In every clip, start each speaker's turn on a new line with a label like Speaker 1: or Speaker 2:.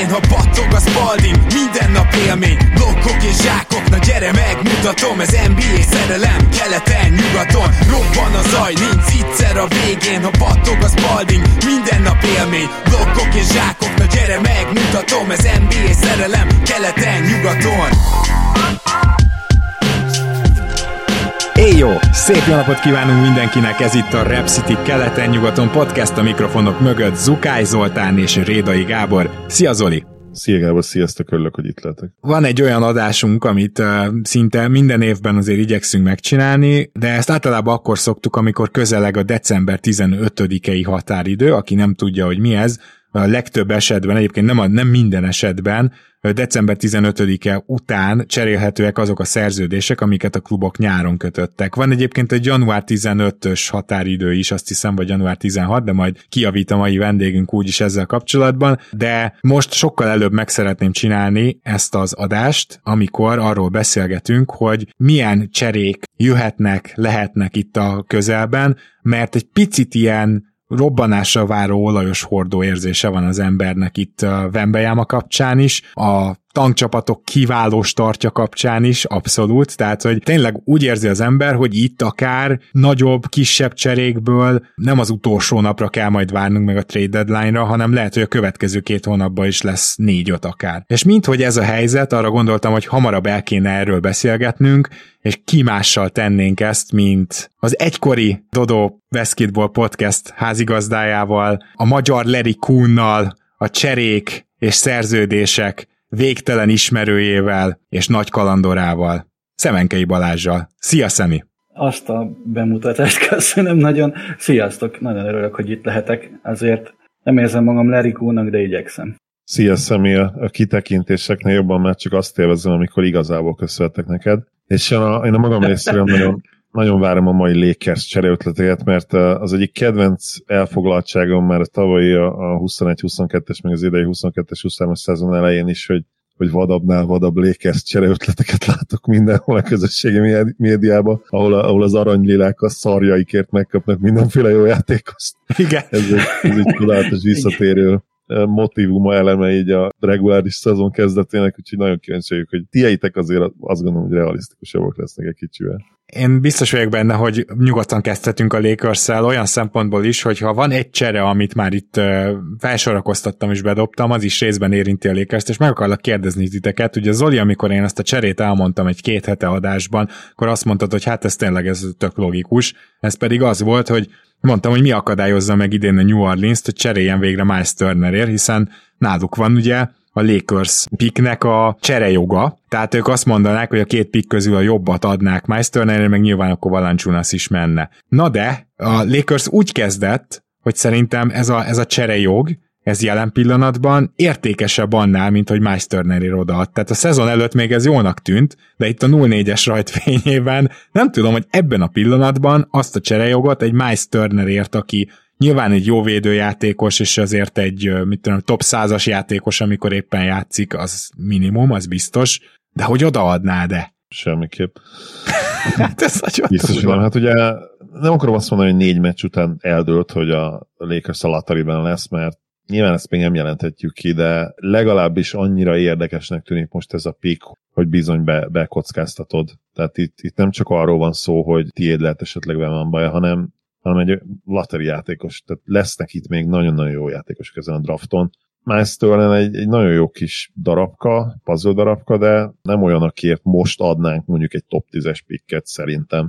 Speaker 1: végén, ha battog a Spalding, minden nap élmény, blokkok és zsákok, na gyere megmutatom, ez NBA szerelem, keleten, nyugaton, robban a zaj, nincs egyszer a végén, ha battog a Spalding, minden nap élmény, blokkok és zsákok, na gyere megmutatom, ez NBA szerelem, keleten, nyugaton.
Speaker 2: Éjjó! Szép jó napot kívánunk mindenkinek, ez itt a Rap City keleten-nyugaton podcast, a mikrofonok mögött Zukály Zoltán és Rédai Gábor. Szia Zoli!
Speaker 3: Szia Gábor, sziasztok, örülök, hogy itt lehetek.
Speaker 2: Van egy olyan adásunk, amit szinte minden évben azért igyekszünk megcsinálni, de ezt általában akkor szoktuk, amikor közeleg a december 15-i határidő, aki nem tudja, hogy mi ez, a legtöbb esetben, egyébként nem minden esetben, december 15-e után cserélhetőek azok a szerződések, amiket a klubok nyáron kötöttek. Van egyébként egy január 15-ös határidő is, azt hiszem, vagy január 16, de majd kijavít a mai vendégünk úgyis ezzel kapcsolatban, de most sokkal előbb meg szeretném csinálni ezt az adást, amikor arról beszélgetünk, hogy milyen cserék jöhetnek, lehetnek itt a közelben, mert egy picit ilyen robbanásra váró olajos hordó érzése van az embernek itt a Wembanyama kapcsán is, a tankcsapatok kiváló startja kapcsán is, abszolút, tehát hogy tényleg úgy érzi az ember, hogy itt akár nagyobb, kisebb cserékből nem az utolsó napra kell majd várnunk meg a trade deadline-ra, hanem lehet, hogy a következő 2 hónapban is lesz 4-5 akár. És minthogy ez a helyzet, arra gondoltam, hogy hamarabb el kéne erről beszélgetnünk, és ki mással tennénk ezt, mint az egykori Dodo Basketball Podcast házigazdájával, a magyar Larry Kuhnnal, a cserék és szerződések végtelen ismerőjével és nagy kalandorával, Szemenkei Balázssal. Szia, Szemi!
Speaker 4: Azt a bemutatást köszönöm nagyon. Sziasztok! Nagyon örülök, hogy itt lehetek. Azért nem érzem magam Larry Kuhnak, de igyekszem.
Speaker 3: Szia, Szemi! A kitekintéseknél jobban már csak azt élvezem, amikor igazából köszönhetek neked. És én a magam részéről nagyon várom a mai Lakers csereötleteket, mert az egyik kedvenc elfoglaltságom már a tavalyi a 21-22-es, meg az idei 22-23-as szezon elején is, hogy vadabbnál vadabb Lakers csereötleteket látok mindenhol a közösségi médiában, ahol az aranylilák a szarjaikért megkapnak mindenféle jó játékost.
Speaker 2: Igen.
Speaker 3: Ez egy csodálatos visszatérő motívuma eleme így a reguláris szezon kezdetének, úgyhogy nagyon kíváncsi vagyok, hogy tieitek azért azt gondolom, hogy realisztikusabbak lesznek egy kicsivel.
Speaker 2: Én biztos vagyok benne, hogy nyugodtan kezdhetünk a Lakers-szel olyan szempontból is, hogy ha van egy csere, amit már itt felsorakoztattam és bedobtam, az is részben érinti a Lakers-t, és meg akarlak kérdezni titeket. Ugye Zoli, amikor én ezt a cserét elmondtam egy 2 hete adásban, akkor azt mondtad, hogy hát ez tényleg ez tök logikus. Ez pedig az volt, hogy mondtam, hogy mi akadályozza meg idén a New Orleans-t, hogy cseréljen végre Miles Turnerért, hiszen náluk van ugye a Lakers picknek a cserejoga, tehát ők azt mondanák, hogy a 2 pick közül a jobbat adnák Miles Turnerért, meg nyilván akkor Valanciunas is menne. Na de, a Lakers úgy kezdett, hogy szerintem ez a cserejog, ez jelen pillanatban értékesebb annál, mint hogy Miles Turnerért odaad. Tehát a szezon előtt még ez jónak tűnt, de itt a 0-4-es rajtfényében nem tudom, hogy ebben a pillanatban azt a cserejogot egy Miles Turnerért, aki nyilván egy jó védőjátékos, és azért egy top 100-as játékos, amikor éppen játszik, az minimum, az biztos, de hogy odaadnád-e?
Speaker 3: Semmiképp.
Speaker 2: Hát ez nagyon
Speaker 3: biztos, nem. Hát ugye nem akarom azt mondani, hogy 4 meccs után eldőlt, hogy a Lakers a lotteryben lesz, mert nyilván ezt még nem jelenthetjük ki, de legalábbis annyira érdekesnek tűnik most ez a pick, hogy bizony bekockáztatod. Tehát itt nem csak arról van szó, hogy tiéd lehet esetleg van baj, hanem egy lottery játékos. Tehát lesznek itt még nagyon-nagyon jó játékosok ezen a drafton. Miles Turner egy nagyon jó kis darabka, puzzle darabka, de nem olyan, akiért most adnánk mondjuk egy top 10-es picket szerintem.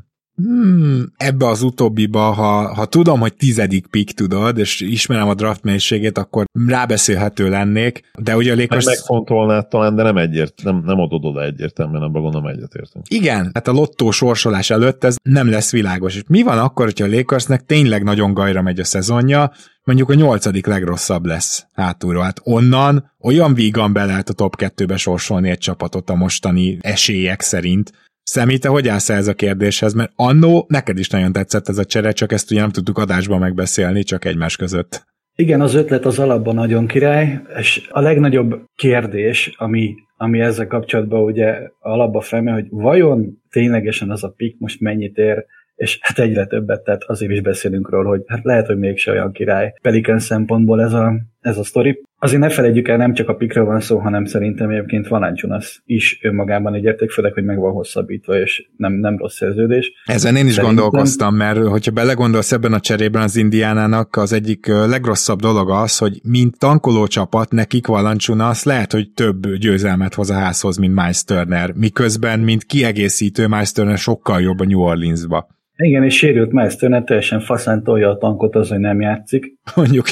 Speaker 2: Ebbe az utóbbiba, ha tudom, hogy 10. pick tudod, és ismerem a draft mélységét, akkor rábeszélhető lennék, de ugye a Lakers...
Speaker 3: Megfontolnád talán, de nem adod oda egyértelműen, abban gondolom egyetértünk.
Speaker 2: Igen, hát a lottó sorsolás előtt ez nem lesz világos. És mi van akkor, hogyha a Lakersnek tényleg nagyon gajra megy a szezonja, mondjuk a 8. legrosszabb lesz hátulról. Hát onnan olyan vígan be lehet a top 2-be sorsolni egy csapatot a mostani esélyek szerint. Szemi, te hogy állsz ez a kérdéshez? Mert annó neked is nagyon tetszett ez a csere, csak ezt ugye nem tudtuk adásban megbeszélni, csak egymás között.
Speaker 4: Igen, az ötlet az alapban nagyon király, és a legnagyobb kérdés, ami ezzel kapcsolatban ugye alapba felmerül, hogy vajon ténylegesen az a pick most mennyit ér, és hát egyre többet, tehát azért is beszélünk róla, hogy hát lehet, hogy mégse olyan király Pelican szempontból ez a sztori. azért ne felejtjük el, nem csak a pikről van szó, hanem szerintem egyébként Valanciunas is önmagában egy érték, főleg, hogy meg van hosszabbítva, és nem rossz szerződés.
Speaker 2: Ezen én is gondolkoztam, mert hogyha belegondolsz ebben a cserében az Indiánának az egyik legrosszabb dolog az, hogy mint tankoló csapat nekik Valanciunas lehet, hogy több győzelmet hoz a házhoz, mint Miles Turner, miközben mint kiegészítő Miles Turner sokkal jobb a New Orleansba.
Speaker 4: Igen, és sérült Miles Turner teljesen faszán tolja a tankot az, hogy nem játszik.
Speaker 2: Mondjuk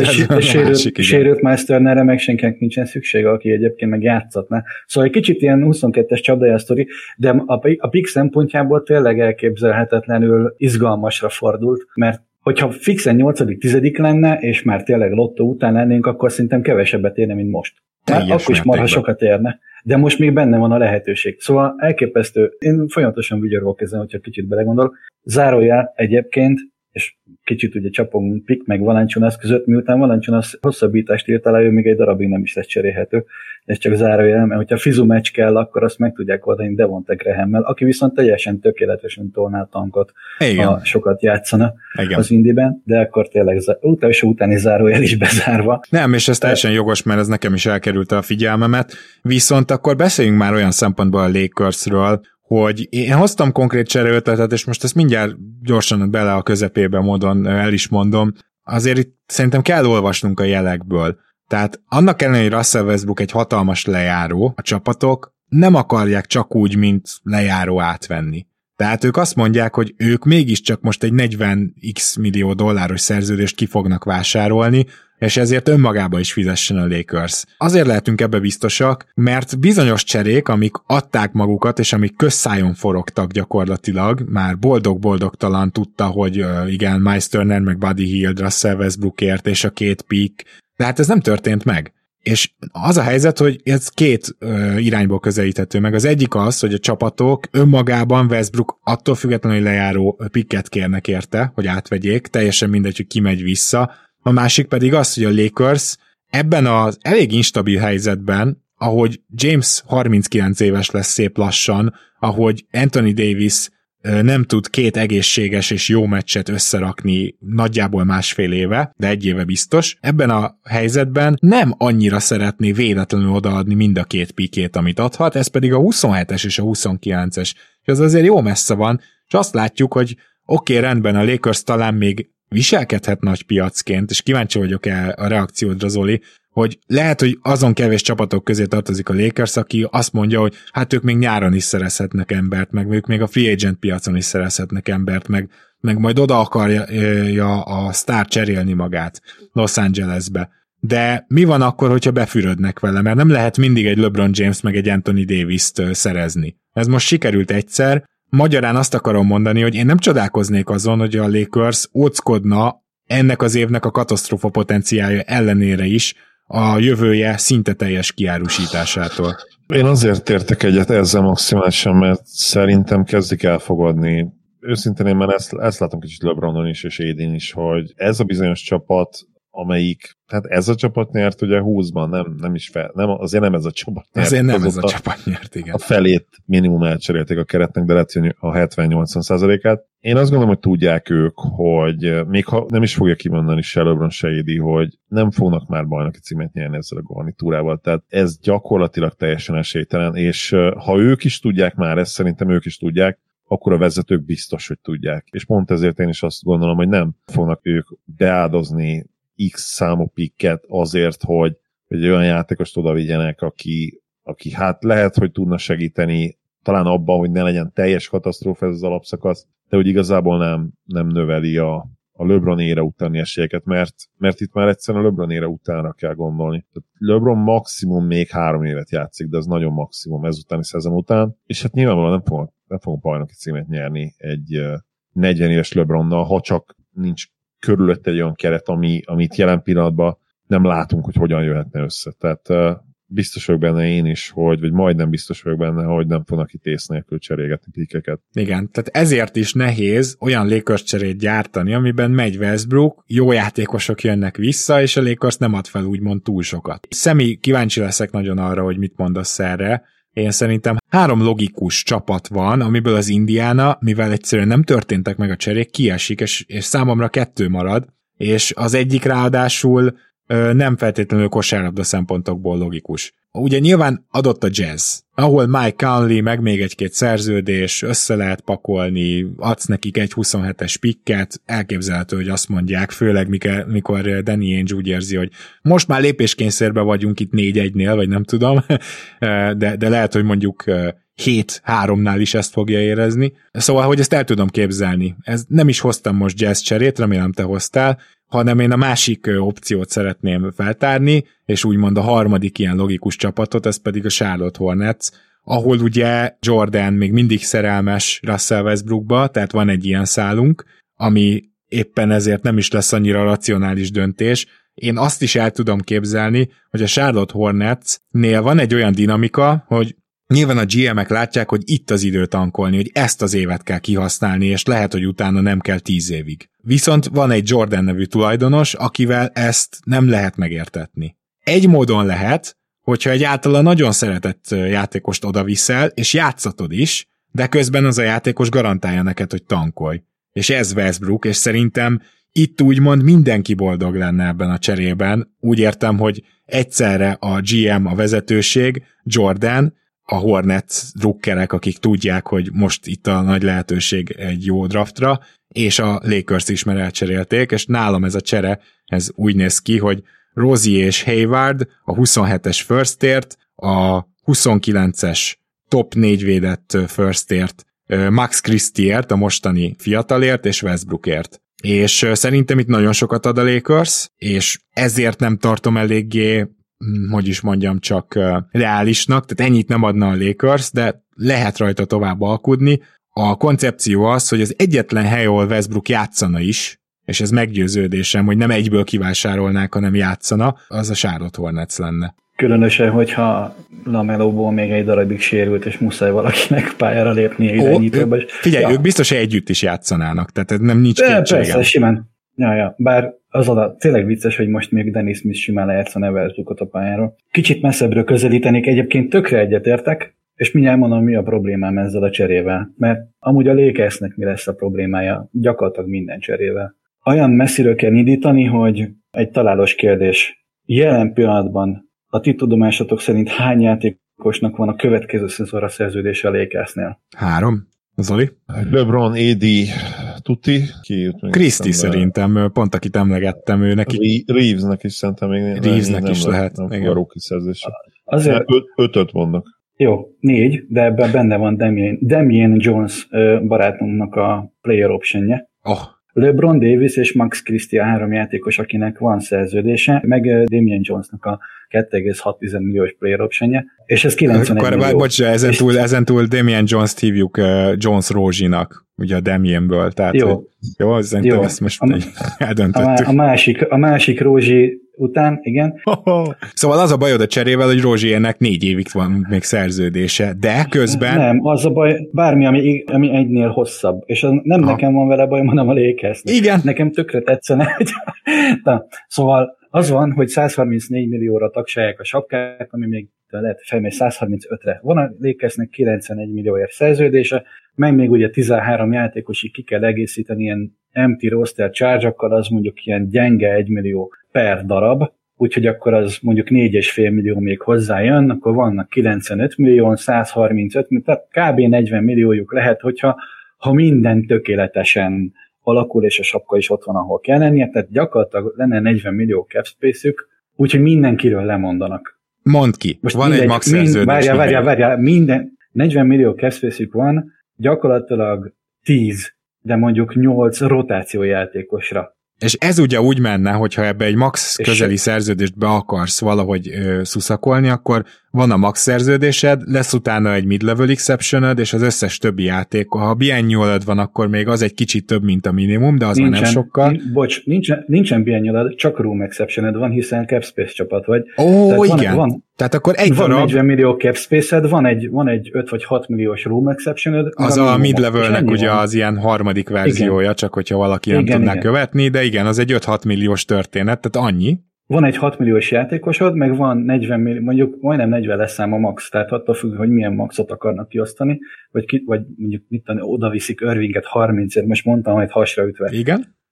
Speaker 4: sérült Miles Turnerre meg senkinek nincsen szüksége, aki egyébként meg játszatná. Szóval egy kicsit ilyen 22-es csapdája sztori, de a pick szempontjából tényleg elképzelhetetlenül izgalmasra fordult, mert hogyha fixen 8.-10. lenne, és már tényleg lottó után lennénk, akkor szerintem kevesebbet érne, mint most. Már akkor is marha sokat érne. De most még benne van a lehetőség. Szóval elképesztő. Én folyamatosan vigyorgok ezen, hogyha kicsit belegondolok. Zárójel egyébként, és kicsit ugye csapunk Pick meg Valanciunas között, miután Valanciunas hosszabbítást írt alá, ő még egy darabig nem is lesz cserélhető. Ez csak zárójel, mert hogyha fizu meccs kell, akkor azt meg tudják oldani Devonte Graham-mel, aki viszont teljesen tökéletesen tolná a tankot, ha sokat játszana az Indiben, de akkor tényleg utáni zárójel is bezárva.
Speaker 2: Nem, és ez teljesen jogos, mert ez nekem is elkerült a figyelmemet, viszont akkor beszéljünk már olyan szempontból a Lakersről, hogy én hoztam konkrét csereötletet, és most ezt mindjárt gyorsan bele a közepébe módon el is mondom. Azért itt szerintem kell olvasnunk a jelekből. Tehát annak ellenére, hogy Russell Westbrook egy hatalmas lejáró, a csapatok nem akarják csak úgy, mint lejáró átvenni. Tehát ők azt mondják, hogy ők mégiscsak most egy 40x millió dolláros szerződést ki fognak vásárolni, és ezért önmagába is fizessen a Lakers. Azért lehetünk ebbe biztosak, mert bizonyos cserék, amik adták magukat, és amik közszájon forogtak gyakorlatilag, már boldog-boldogtalan tudta, hogy igen, Miles Turner, meg Buddy Hield, Russell Westbrookért, és a 2 pick, de hát ez nem történt meg. És az a helyzet, hogy ez 2 irányból közelíthető meg. Az egyik az, hogy a csapatok önmagában Westbrook attól függetlenül, hogy lejáró picket kérnek érte, hogy átvegyék, teljesen mindegy, hogy kimegy vissza. A másik pedig az, hogy a Lakers ebben az elég instabil helyzetben, ahogy James 39 éves lesz szép lassan, ahogy Anthony Davis nem tud 2 egészséges és jó meccset összerakni nagyjából 1,5 éve, de 1 éve biztos. Ebben a helyzetben nem annyira szeretné véletlenül odaadni mind a 2 pikét, amit adhat, ez pedig a 27-es és a 29-es. És az azért jó messze van, és azt látjuk, hogy oké, rendben, a Lakers talán még viselkedhet nagy piacként, és kíváncsi vagyok a reakciódra, Zoli, hogy lehet, hogy azon kevés csapatok közé tartozik a Lakers, aki azt mondja, hogy hát ők még nyáron is szerezhetnek embert, meg ők még a free agent piacon is szerezhetnek embert, meg majd oda akarja a sztár cserélni magát Los Angelesbe. De mi van akkor, hogyha befürödnek vele? Mert nem lehet mindig egy LeBron James meg egy Anthony Davis-t szerezni. Ez most sikerült egyszer. Magyarán azt akarom mondani, hogy én nem csodálkoznék azon, hogy a Lakers óckodna ennek az évnek a katasztrófa potenciálja ellenére is a jövője szinte teljes kiárusításától.
Speaker 3: Én azért értek egyet ezzel maximálisan, mert szerintem kezdik elfogadni. Őszintén én már ezt látom kicsit LeBronon is és AD-n is, hogy ez a bizonyos csapat, amelyik, tehát ez a csapat nyert ugye 20-ban, nem is azért nem ez a csapat nyert.
Speaker 2: Azért nem ez a csapat nyert, igen.
Speaker 3: A felét minimum elcserélték a keretnek, de lehet, hogy a 70-80%-át. Én azt gondolom, hogy tudják ők, hogy még ha nem is fogja kimondani se LeBron, se AD, hogy nem fognak már bajnoki címet nyerni ezzel a garnitúrával. Tehát ez gyakorlatilag teljesen esélytelen, és ha ők is tudják már, ezt szerintem ők is tudják, akkor a vezetők biztos, hogy tudják. És pont ezért én is azt gondolom, hogy nem fognak ők beáldozni X számú pikket azért, hogy egy olyan játékost oda vigyenek, aki hát lehet, hogy tudna segíteni talán abban, hogy ne legyen teljes katasztrófa ez az alapszakasz, de hogy igazából nem növeli a LeBron ére utáni esélyeket, mert itt már egyszerűen a LeBron ére utánra kell gondolni. Tehát LeBron maximum még 3 évet játszik, de ez nagyon maximum ezutáni szezon után, és hát nyilvánvalóan nem fogunk bajnoki címet nyerni egy 40 éves LeBronnal, ha csak nincs körülött egy olyan keret, amit jelen pillanatban nem látunk, hogy hogyan jöhetne össze. Tehát biztos vagyok benne én is, vagy majdnem biztos vagyok benne, hogy nem fognak itt ész nélkül cserélgetni pikeket.
Speaker 2: Igen, tehát ezért is nehéz olyan Lakers cserét gyártani, amiben megy Westbrook, jó játékosok jönnek vissza, és a Lakers nem ad fel úgymond túl sokat. Szemi, kíváncsi leszek nagyon arra, hogy mit mondasz erre. Én szerintem 3 logikus csapat van, amiből az Indiana, mivel egyszerűen nem történtek meg a cserék, kiesik, és számomra 2 marad, és az egyik ráadásul nem feltétlenül kosárlabda szempontokból logikus. Ugye nyilván adott a Jazz, ahol Mike Conley, meg még egy-két szerződés, össze lehet pakolni, adsz nekik egy 27-es pikket, elképzelhető, hogy azt mondják, főleg mikor Danny Ainge úgy érzi, hogy most már lépéskényszerben vagyunk itt 4-1-nél, vagy nem tudom, de lehet, hogy mondjuk 7-3-nál is ezt fogja érezni. Szóval, hogy ezt el tudom képzelni. Ez nem is hoztam most Jazz cserét, remélem te hoztál, hanem én a másik opciót szeretném feltárni, és úgymond a harmadik ilyen logikus csapatot, ez pedig a Charlotte Hornets, ahol ugye Jordan még mindig szerelmes Russell Westbrookba, tehát van egy ilyen szálunk, ami éppen ezért nem is lesz annyira racionális döntés. Én azt is el tudom képzelni, hogy a Charlotte Hornetsnél van egy olyan dinamika, hogy nyilván a GM-ek látják, hogy itt az idő tankolni, hogy ezt az évet kell kihasználni, és lehet, hogy utána nem kell 10 évig. Viszont van egy Jordan nevű tulajdonos, akivel ezt nem lehet megértetni. Egy módon lehet, hogyha egy általa nagyon szeretett játékost odaviszel, és játszatod is, de közben az a játékos garantálja neked, hogy tankolj. És ez Westbrook, és szerintem itt úgymond mindenki boldog lenne ebben a cserében. Úgy értem, hogy egyszerre a GM, a vezetőség, Jordan, a Hornets drukkerek, akik tudják, hogy most itt a nagy lehetőség egy jó draftra, és a Lakers is már elcserélték, és nálam ez a csere, ez úgy néz ki, hogy Rozier és Hayward a 27-es firstért, a 29-es top 4 védett firstért, Max Christieért, a mostani fiatalért, és Westbrookért. És szerintem itt nagyon sokat ad a Lakers, és ezért nem tartom eléggé, hogy is mondjam, csak reálisnak, tehát ennyit nem adna a Lakers, de lehet rajta tovább alkudni. A koncepció az, hogy az egyetlen hely, ahol Westbrook játszana is, és ez meggyőződésem, hogy nem egyből kivásárolnák, hanem játszana, az a Charlotte Hornets lenne.
Speaker 4: Különösen, hogyha Lamelóból még egy darabig sérült, és muszáj valakinek pályára lépnie irányítóba.
Speaker 2: Figyelj, ők biztos, hogy együtt is játszanának, tehát nem nincs kétségem.
Speaker 4: Persze, simán. Ja. Bár az tényleg vicces, hogy most még Dennis Smith simán lejátszana Westbrookot a pályáról. Kicsit messzebbről közelítenék, egyébként tökre egyetértek, és mindjárt mondom, mi a problémám ezzel a cserével. Mert amúgy a Lakersnek mi lesz a problémája gyakorlatilag minden cserével. Olyan messziről kell indítani, hogy egy találós kérdés. Jelen pillanatban a ti tudomásatok szerint hány játékosnak van a következő szezonra szerződése a Lakersnél?
Speaker 2: 3. Zoli?
Speaker 3: LeBron, AD, Tuti.
Speaker 2: Christie szerintem, pont akit emlegettem, ő neki.
Speaker 3: Reevesnek is szerintem még
Speaker 2: Reevesnek is lehet.
Speaker 3: Nem a rookie szerződés.
Speaker 4: Azért
Speaker 3: 5-öt mondok.
Speaker 4: Jó, 4, de ebben benne van Damian Jones barátunknak a player optionje. LeBron Davis és Max Christie a 3 játékos, akinek van szerződése, meg Damian Jonesnak a 2,6 milliós player optionje, és ez 91
Speaker 2: akkor,
Speaker 4: millió.
Speaker 2: Bocs, ezentúl Damian Jones-t hívjuk Jones Rózsinak, ugye a Damianből, tehát jó, szerintem ezt most eldöntöttük.
Speaker 4: A másik Rózsi után, igen.
Speaker 2: Szóval az a bajod a cserével, hogy Rózsiernek 4 évig van még szerződése, de közben...
Speaker 4: Nem, az a baj, bármi, ami egynél hosszabb, és nem nekem van vele bajom, hanem a Lakersnek.
Speaker 2: Igen.
Speaker 4: Nekem tökre tetszene. Szóval az van, hogy 134 millióra tagsálják a sapkát, ami még lehet felmegy 135-re. Van a Lakersnek 91 millióért szerződése, meg még ugye 13 játékosig ki kell egészíteni ilyen empty roster charge-akkal, az mondjuk ilyen gyenge 1 millió per darab, úgyhogy akkor az mondjuk 4,5 millió még hozzájön, akkor vannak 95 millió, 135 millió, tehát kb. 40 milliójuk lehet, hogyha minden tökéletesen alakul, és a sapka is ott van, ahol kell lennie, tehát gyakorlatilag lenne 40 millió cap space-ük, úgyhogy mindenkiről lemondanak.
Speaker 2: Mondd ki, most van egy max szerződés.
Speaker 4: Várjál, minden 40 millió cap space-ük van, gyakorlatilag 10, de mondjuk 8 rotációjátékosra.
Speaker 2: És ez ugye úgy menne, hogyha ebbe egy max közeli szerződést be akarsz valahogy szuszakolni, akkor van a max szerződésed, lesz utána egy mid-level exceptioned, és az összes többi játék, ha biannualed van, akkor még az egy kicsit több, mint a minimum, de az nincsen, már nem sokkal.
Speaker 4: Nincsen biannualed, csak room exceptioned van, hiszen cap space csapat vagy.
Speaker 2: Igen. Tehát akkor egy
Speaker 4: van
Speaker 2: darab...
Speaker 4: 40 millió cap space-ed, van egy 5 vagy 6 milliós room exceptioned.
Speaker 2: Az a mid-levelnek ugye az ilyen harmadik verziója, igen. Csak hogyha valaki nem tudná követni, de igen, az egy 5-6 milliós történet, tehát annyi.
Speaker 4: Van egy 6 milliós játékosod, meg van 40 millió, mondjuk majdnem 40 lesz ám a max, tehát attól függ, hogy milyen maxot akarnak kiosztani, vagy mondjuk oda viszik Irvinget 30-ért, most mondtam, hogy hasra ütve.
Speaker 2: Igen.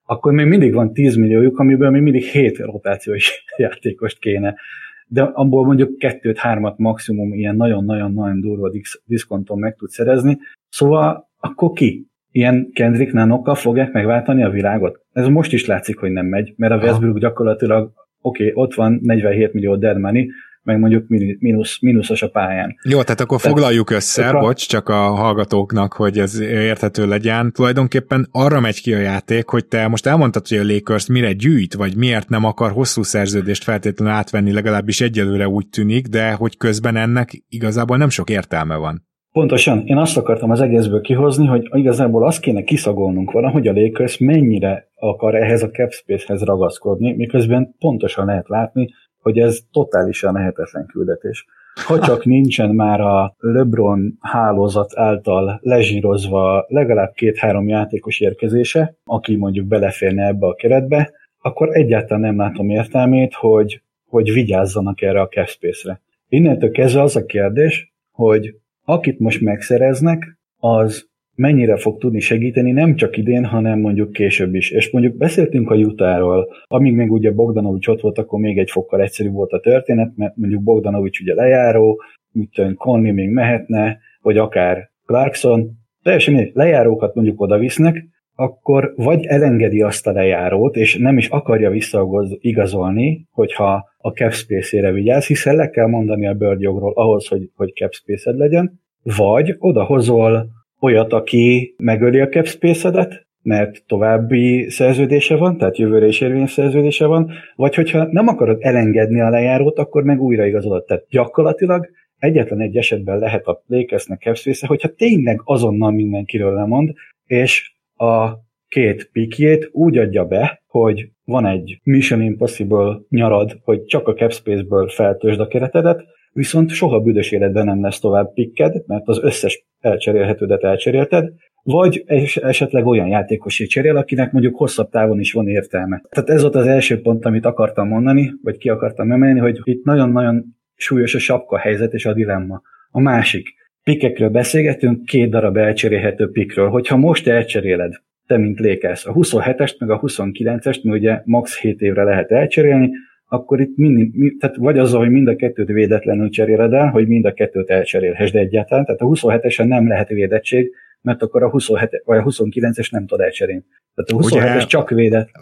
Speaker 4: akkor még mindig van 10 milliójuk, amiből még mindig 7 rotációs játékost kéne. De abból mondjuk 2-3 maximum ilyen nagyon-nagyon-nagyon durva diszkonton meg tud szerezni. Szóval akkor ki? Ilyen Kendrick Nunnokkal fogják megváltani a világot? Ez most is látszik, hogy nem megy, mert a Westbrook gyakorlatilag ott van 47 millió dead money, meg mondjuk mínuszos a pályán.
Speaker 2: Jó, tehát akkor foglaljuk össze, bocs, csak a hallgatóknak, hogy ez érthető legyen. Tulajdonképpen arra megy ki a játék, hogy te most elmondtad, hogy a Lakers mire gyűjt, vagy miért nem akar hosszú szerződést feltétlenül átvenni, legalábbis egyelőre úgy tűnik, de hogy közben ennek igazából nem sok értelme van.
Speaker 4: Pontosan. Én azt akartam az egészből kihozni, hogy igazából azt kéne kiszagolnunk valahogy a Lakers mennyire akar ehhez a cap space-hez ragaszkodni, miközben pontosan lehet látni, hogy ez totálisan lehetetlen küldetés. Ha csak nincsen már a LeBron hálózat által lezsírozva legalább 2-3 játékos érkezése, aki mondjuk beleférne ebbe a keretbe, akkor egyáltalán nem látom értelmét, hogy vigyázzanak erre a cap space-re. Innentől kezdve az a kérdés, hogy akit most megszereznek, az mennyire fog tudni segíteni nem csak idén, hanem mondjuk később is. És mondjuk beszéltünk a Utahról, amíg még ugye Bogdanovics ott volt, akkor még egy fokkal egyszerűbb volt a történet, mert mondjuk Bogdanovics ugye lejáró, Conley még mehetne, vagy akár Clarkson, teljesen mindegy, lejárókat mondjuk oda visznek, akkor vagy elengedi azt a lejárót, és nem is akarja visszaigazolni, hogyha a cap space-ére vigyáz, hiszen le kell mondani a Bird jogról ahhoz, hogy cap space-ed legyen, vagy odahozol olyat, aki megöli a cap space-edet, mert további szerződése van, tehát jövőre is érvényes szerződése van, vagy hogyha nem akarod elengedni a lejárót, akkor meg újraigazolod. Tehát gyakorlatilag egyetlen egy esetben lehet a Lakersnek cap space-e, hogyha tényleg azonnal mindenkiről lemond, és a 2 pikjét úgy adja be, hogy van egy Mission Impossible nyarad, hogy csak a cap space-ből feltöltsd a keretedet, viszont soha büdös életben nem lesz tovább pikked, mert az összes elcserélhetődet elcserélted, vagy esetleg olyan játékosé cserél, akinek mondjuk hosszabb távon is van értelme. Tehát ez volt az első pont, amit akartam mondani, vagy ki akartam emelni, hogy itt nagyon-nagyon súlyos a sapka helyzet és a dilemma. A másik, pikkekről beszélgetünk, 2 darab elcserélhető pikkről. Hogyha most elcseréled, te mint Lakers, a 27-est meg a 29-est, mert ugye max 7 évre lehet elcserélni, akkor itt tehát vagy azzal, hogy mind a 2-t védetlenül cseréled el, hogy mind a 2-t elcserélhessd egyáltalán. Tehát a 27-esen nem lehet védettség, mert akkor a 27 vagy a 29-es nem tud elcserélni. Tehát a 27-es csak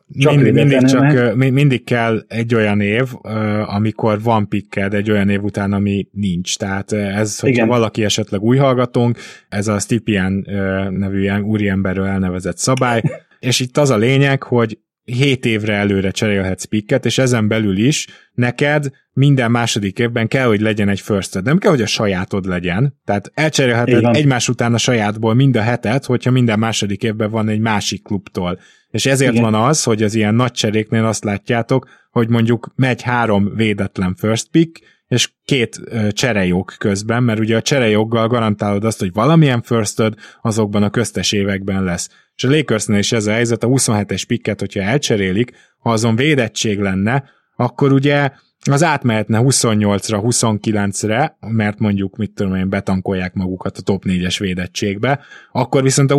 Speaker 4: védetlenül.
Speaker 2: Mindig kell egy olyan év, amikor van picked, egy olyan év után, ami nincs. Tehát ez, hogyha valaki esetleg új hallgatónk, ez a Stipien nevű úriemberről elnevezett szabály, és itt az a lényeg, hogy 7 évre előre cserélhetsz picket, és ezen belül is neked minden második évben kell, hogy legyen egy firsted. Nem kell, hogy a sajátod legyen. Tehát elcserélheted egymás után a sajátból mind a 7-et, hogyha minden második évben van egy másik klubtól. És ezért van az, hogy az ilyen nagy cseréknél azt látjátok, hogy mondjuk megy 3 védetlen first pick, és 2 cserejog közben, mert ugye a cserejoggal garantálod azt, hogy valamilyen firsted azokban a köztes években lesz. És a Lakersnél is ez a helyzet, a 27-es picket, hogyha elcserélik, ha azon védettség lenne, akkor ugye az átmehetne 28-ra, 29-re, mert mondjuk, mit tudom én, betankolják magukat a top 4-es védettségbe, akkor viszont a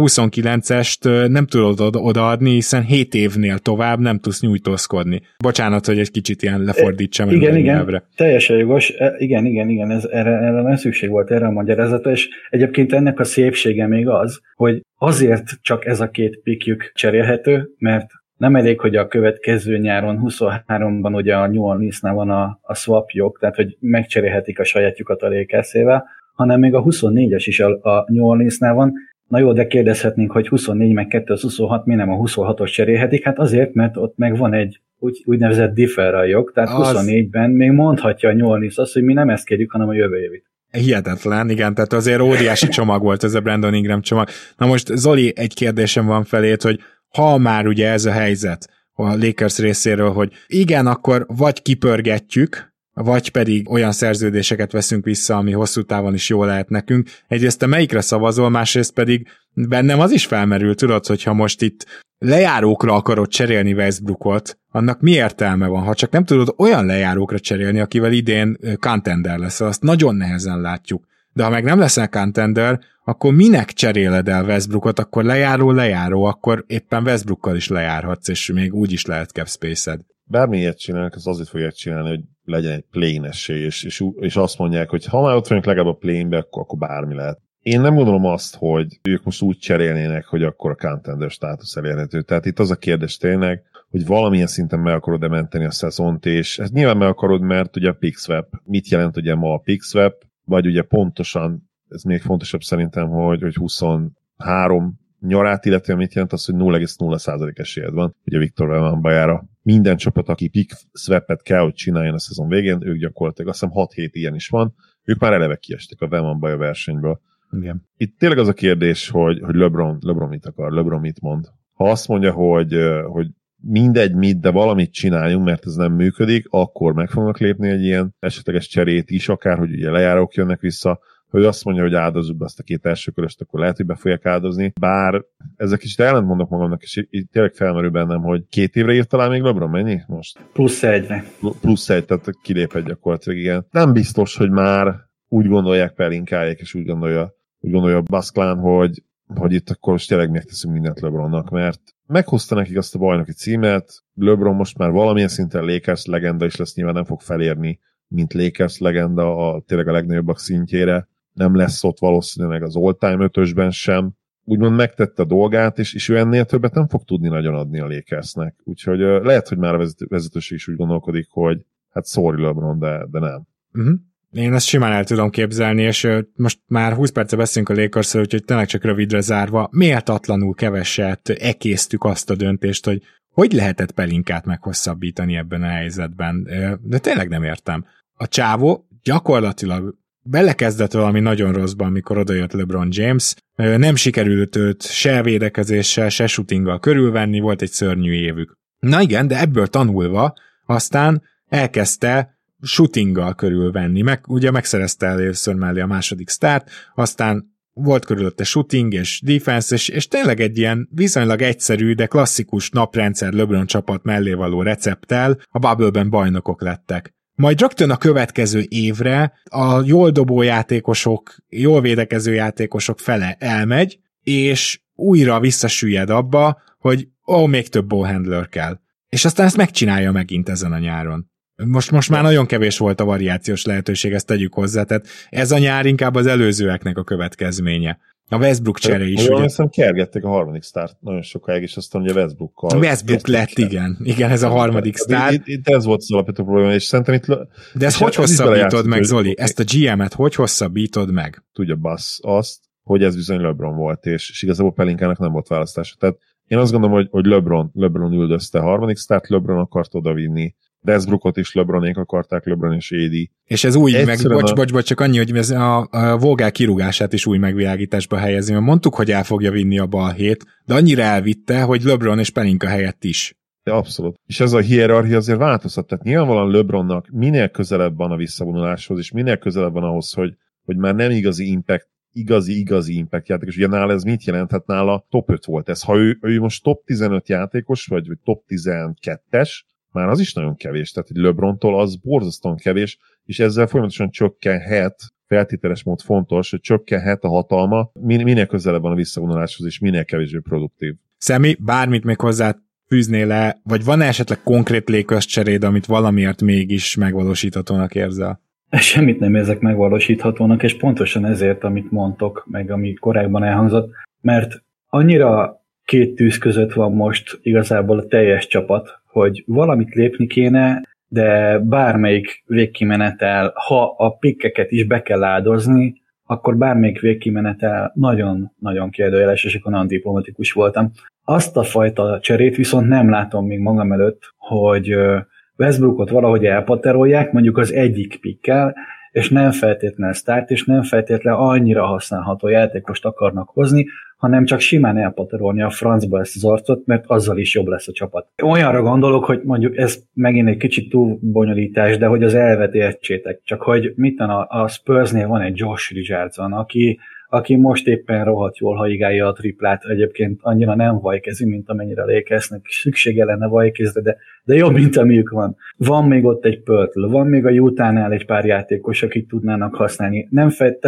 Speaker 2: 29-est nem tudod odaadni, hiszen 7 évnél tovább nem tudsz nyújtózkodni. Bocsánat, hogy egy kicsit ilyen lefordítsam.
Speaker 4: Igen, teljesen jogos. Igen, erre nem szükség volt erre a magyarázatra, és egyébként ennek a szépsége még az, hogy azért csak ez a 2 pickjük cserélhető, mert nem elég, hogy a következő nyáron 23-ban ugye a New Orleansnál van a swap jog, tehát hogy megcserélhetik a sajátjukat a Lakersével, hanem még a 24-es is a New Orleansnál van. Na jó, de kérdezhetnénk, hogy 24 meg 2 az 26, mi nem a 26-os cserélhetik? Hát azért, mert ott meg van egy úgynevezett deferral jog, tehát 24-ben még mondhatja a New Orleans azt, hogy mi nem ezt kérjük, hanem a jövő évit.
Speaker 2: Hihetetlen, igen, tehát azért óriási csomag volt ez a Brandon Ingram csomag. Na most Zoli, egy kérdésem van felét, hogy ha már ugye ez a helyzet a Lakers részéről, hogy igen, akkor vagy kipörgetjük, vagy pedig olyan szerződéseket veszünk vissza, ami hosszú távon is jól lehet nekünk. Egyrészt te melyikre szavazol, másrészt pedig bennem az is felmerül, tudod, hogyha most itt lejárókra akarod cserélni Westbrookot, annak mi értelme van, ha csak nem tudod olyan lejárókra cserélni, akivel idén contender lesz, azt nagyon nehezen látjuk. de ha meg nem leszel contender, akkor minek cseréled el Westbrookot, akkor lejáró, akkor éppen Westbrookkal is lejárhatsz, és még úgy is lehet cap space-ed.
Speaker 3: Bármi ilyet csinálnak, az azért fogják csinálni, hogy legyen egy play-nessé, és azt mondják, hogy ha már ott vagyunk legalább a play-be, akkor bármi lehet. Én nem gondolom azt, hogy ők most úgy cserélnének, hogy akkor a contender státusz elérhető. Tehát itt az a kérdés tényleg, hogy valamilyen szinten meg akarod-e menteni a szezont, és ezt nyilván meg akarod, mert ugye a pick swap. Mit jelent ugye ma a pick swap? Vagy ugye pontosan, ez még fontosabb szerintem, hogy 23 nyarát, illetve mit jelent az, hogy 0,0% esélyed van, ugye Victor Wembanyára. Minden csapat, aki pick swap-et kell, hogy csináljon a szezon végén, ők gyakorlatilag azt hiszem 6-7 ilyen is van, ők már eleve kiestek a Wembanyá versenyből.
Speaker 2: Igen.
Speaker 3: Itt tényleg az a kérdés, hogy LeBron mit akar, LeBron mit mond. Ha azt mondja, hogy mindegy mit, de valamit csináljunk, mert ez nem működik, akkor meg fognak lépni egy ilyen esetleges cserét is, akár, hogy ugye lejárók jönnek vissza, hogy azt mondja, hogy áldozzuk be azt a 2 első köröst, akkor lehet, hogy be fogják áldozni. Bár ezzel kicsit ellentmondok magamnak, és itt tényleg felmerül bennem, hogy 2 évre írt talán még LeBron, mennyi most?
Speaker 4: +1-re.
Speaker 3: +1, tehát kilépett gyakorlatilag, igen. Nem biztos, hogy már úgy gondolják Pelinkáék, és úgy gondolja Baszklán, hogy itt akkor most tényleg megteszünk mindent LeBronnak, mert meghozta nekik azt a bajnoki címet, LeBron most már valamilyen szinten Lakers legenda is lesz, nyilván nem fog felérni, mint Lakers legenda tényleg a legnagyobbak szintjére, nem lesz ott valószínűleg az all-time 5-ösben sem, úgymond megtette a dolgát, és ő ennél többet nem fog tudni nagyon adni a Lakersnek, úgyhogy lehet, hogy már a vezetőség is úgy gondolkodik, hogy hát sorry LeBron, de nem.
Speaker 2: Uh-huh. Én ezt simán el tudom képzelni, és most már 20 perce beszélünk a Lakersről, úgyhogy tényleg csak rövidre zárva, méltatlanul keveset ekésztük azt a döntést, hogy lehetett Pelinkát meghosszabbítani ebben a helyzetben. De tényleg nem értem. A csávó gyakorlatilag belekezdett valami nagyon rosszban, amikor odajött LeBron James. Nem sikerült őt se védekezéssel, se shootinggal körülvenni, volt egy szörnyű évük. Na igen, de ebből tanulva aztán elkezdte shootinggal körülvenni. Ugye megszerezte először mellé a második sztárt, aztán volt körülötte shooting és defense, és tényleg egy ilyen viszonylag egyszerű, de klasszikus naprendszer LeBron csapat mellé való recepttel a Bubble-ben bajnokok lettek. Majd rögtön a következő évre a jól dobó játékosok, jól védekező játékosok fele elmegy, és újra visszasüllyed abba, hogy még több ballhandler kell. És aztán ezt megcsinálja megint ezen a nyáron. Most már nagyon kevés volt a variációs lehetőség, ezt tegyük hozzá, tehát ez a nyár inkább az előzőeknek a következménye. A Westbrook csere is.
Speaker 3: Jól hiszem, kergették a harmadik sztárt nagyon sokáig, és aztán ugye
Speaker 2: Westbrook lett, igen, ez a harmadik sztár.
Speaker 3: Itt ez volt az alapvető probléma, és szerintem itt...
Speaker 2: De ezt hogy hosszabbítod meg, Zoli? Ezt a GM-et hogy hosszabbítod meg?
Speaker 3: Tudja Bass azt, hogy ez bizony LeBron volt, és igazából Pelinkának nem volt választása. Tehát én azt gondolom, hogy LeBron üldözte a harmadik sztárt, LeBron akart odavinni, Westbrookot is LeBronék akarták, LeBron és AD.
Speaker 2: És ez új, bocs, csak annyi, hogy ez a Vogel kirúgását is új megvilágításba helyezi, mert mondtuk, hogy el fogja vinni a balhét, de annyira elvitte, hogy LeBron és Pelinka helyett is.
Speaker 3: De abszolút. És ez a hierarchia azért változhat. Tehát nyilvánvalóan LeBronnak minél közelebb van a visszavonuláshoz, és minél közelebb van ahhoz, hogy már nem igazi impact játékos. Ugye nála ez mit jelent? Hát nála top 5 volt ez. Ha ő most top 15 játékos, vagy top 12-es, már az is nagyon kevés, tehát egy LeBrontól az borzasztóan kevés, és ezzel folyamatosan csökkenhet, feltételes mód fontos, hogy csökkenhet a hatalma, minél közelebb van a visszavonuláshoz, és minél kevésbé produktív.
Speaker 2: Szemi, bármit még hozzá fűznél le, vagy van esetleg konkrét Lakers cseréd, amit valamiért mégis megvalósíthatónak érzel?
Speaker 4: Semmit nem érzek megvalósíthatónak, és pontosan ezért, amit mondtok, meg ami korábban elhangzott, mert annyira két tűz között van most igazából a teljes csapat, hogy valamit lépni kéne, de bármelyik végkimenetel, ha a pikkeket is be kell áldozni, akkor bármelyik végkimenetel nagyon-nagyon kérdőjeles, és akkor nagyon diplomatikus voltam. Azt a fajta cserét viszont nem látom még magam előtt, hogy Westbrookot valahogy elpaterolják, mondjuk az egyik pikkel, és nem feltétlenül sztárt, és nem feltétlenül annyira használható játékost akarnak hozni, hanem csak simán elpaterolni a francba ezt az arcot, mert azzal is jobb lesz a csapat. Olyanra gondolok, hogy mondjuk ez megint egy kicsit túl bonyolítás, de hogy az elvet értsétek. Csak hogy a Spursnél van egy Josh Richardson, aki most éppen rohadt jól haigálja a triplát, egyébként annyira nem vajkezi, mint amennyire Lakersnek szüksége lenne vajkézre, de jobb, mint amiük van. Van még ott egy Pörtl, van még a Utah-nál egy pár játékos, akik tudnának használni. Tehát, hogy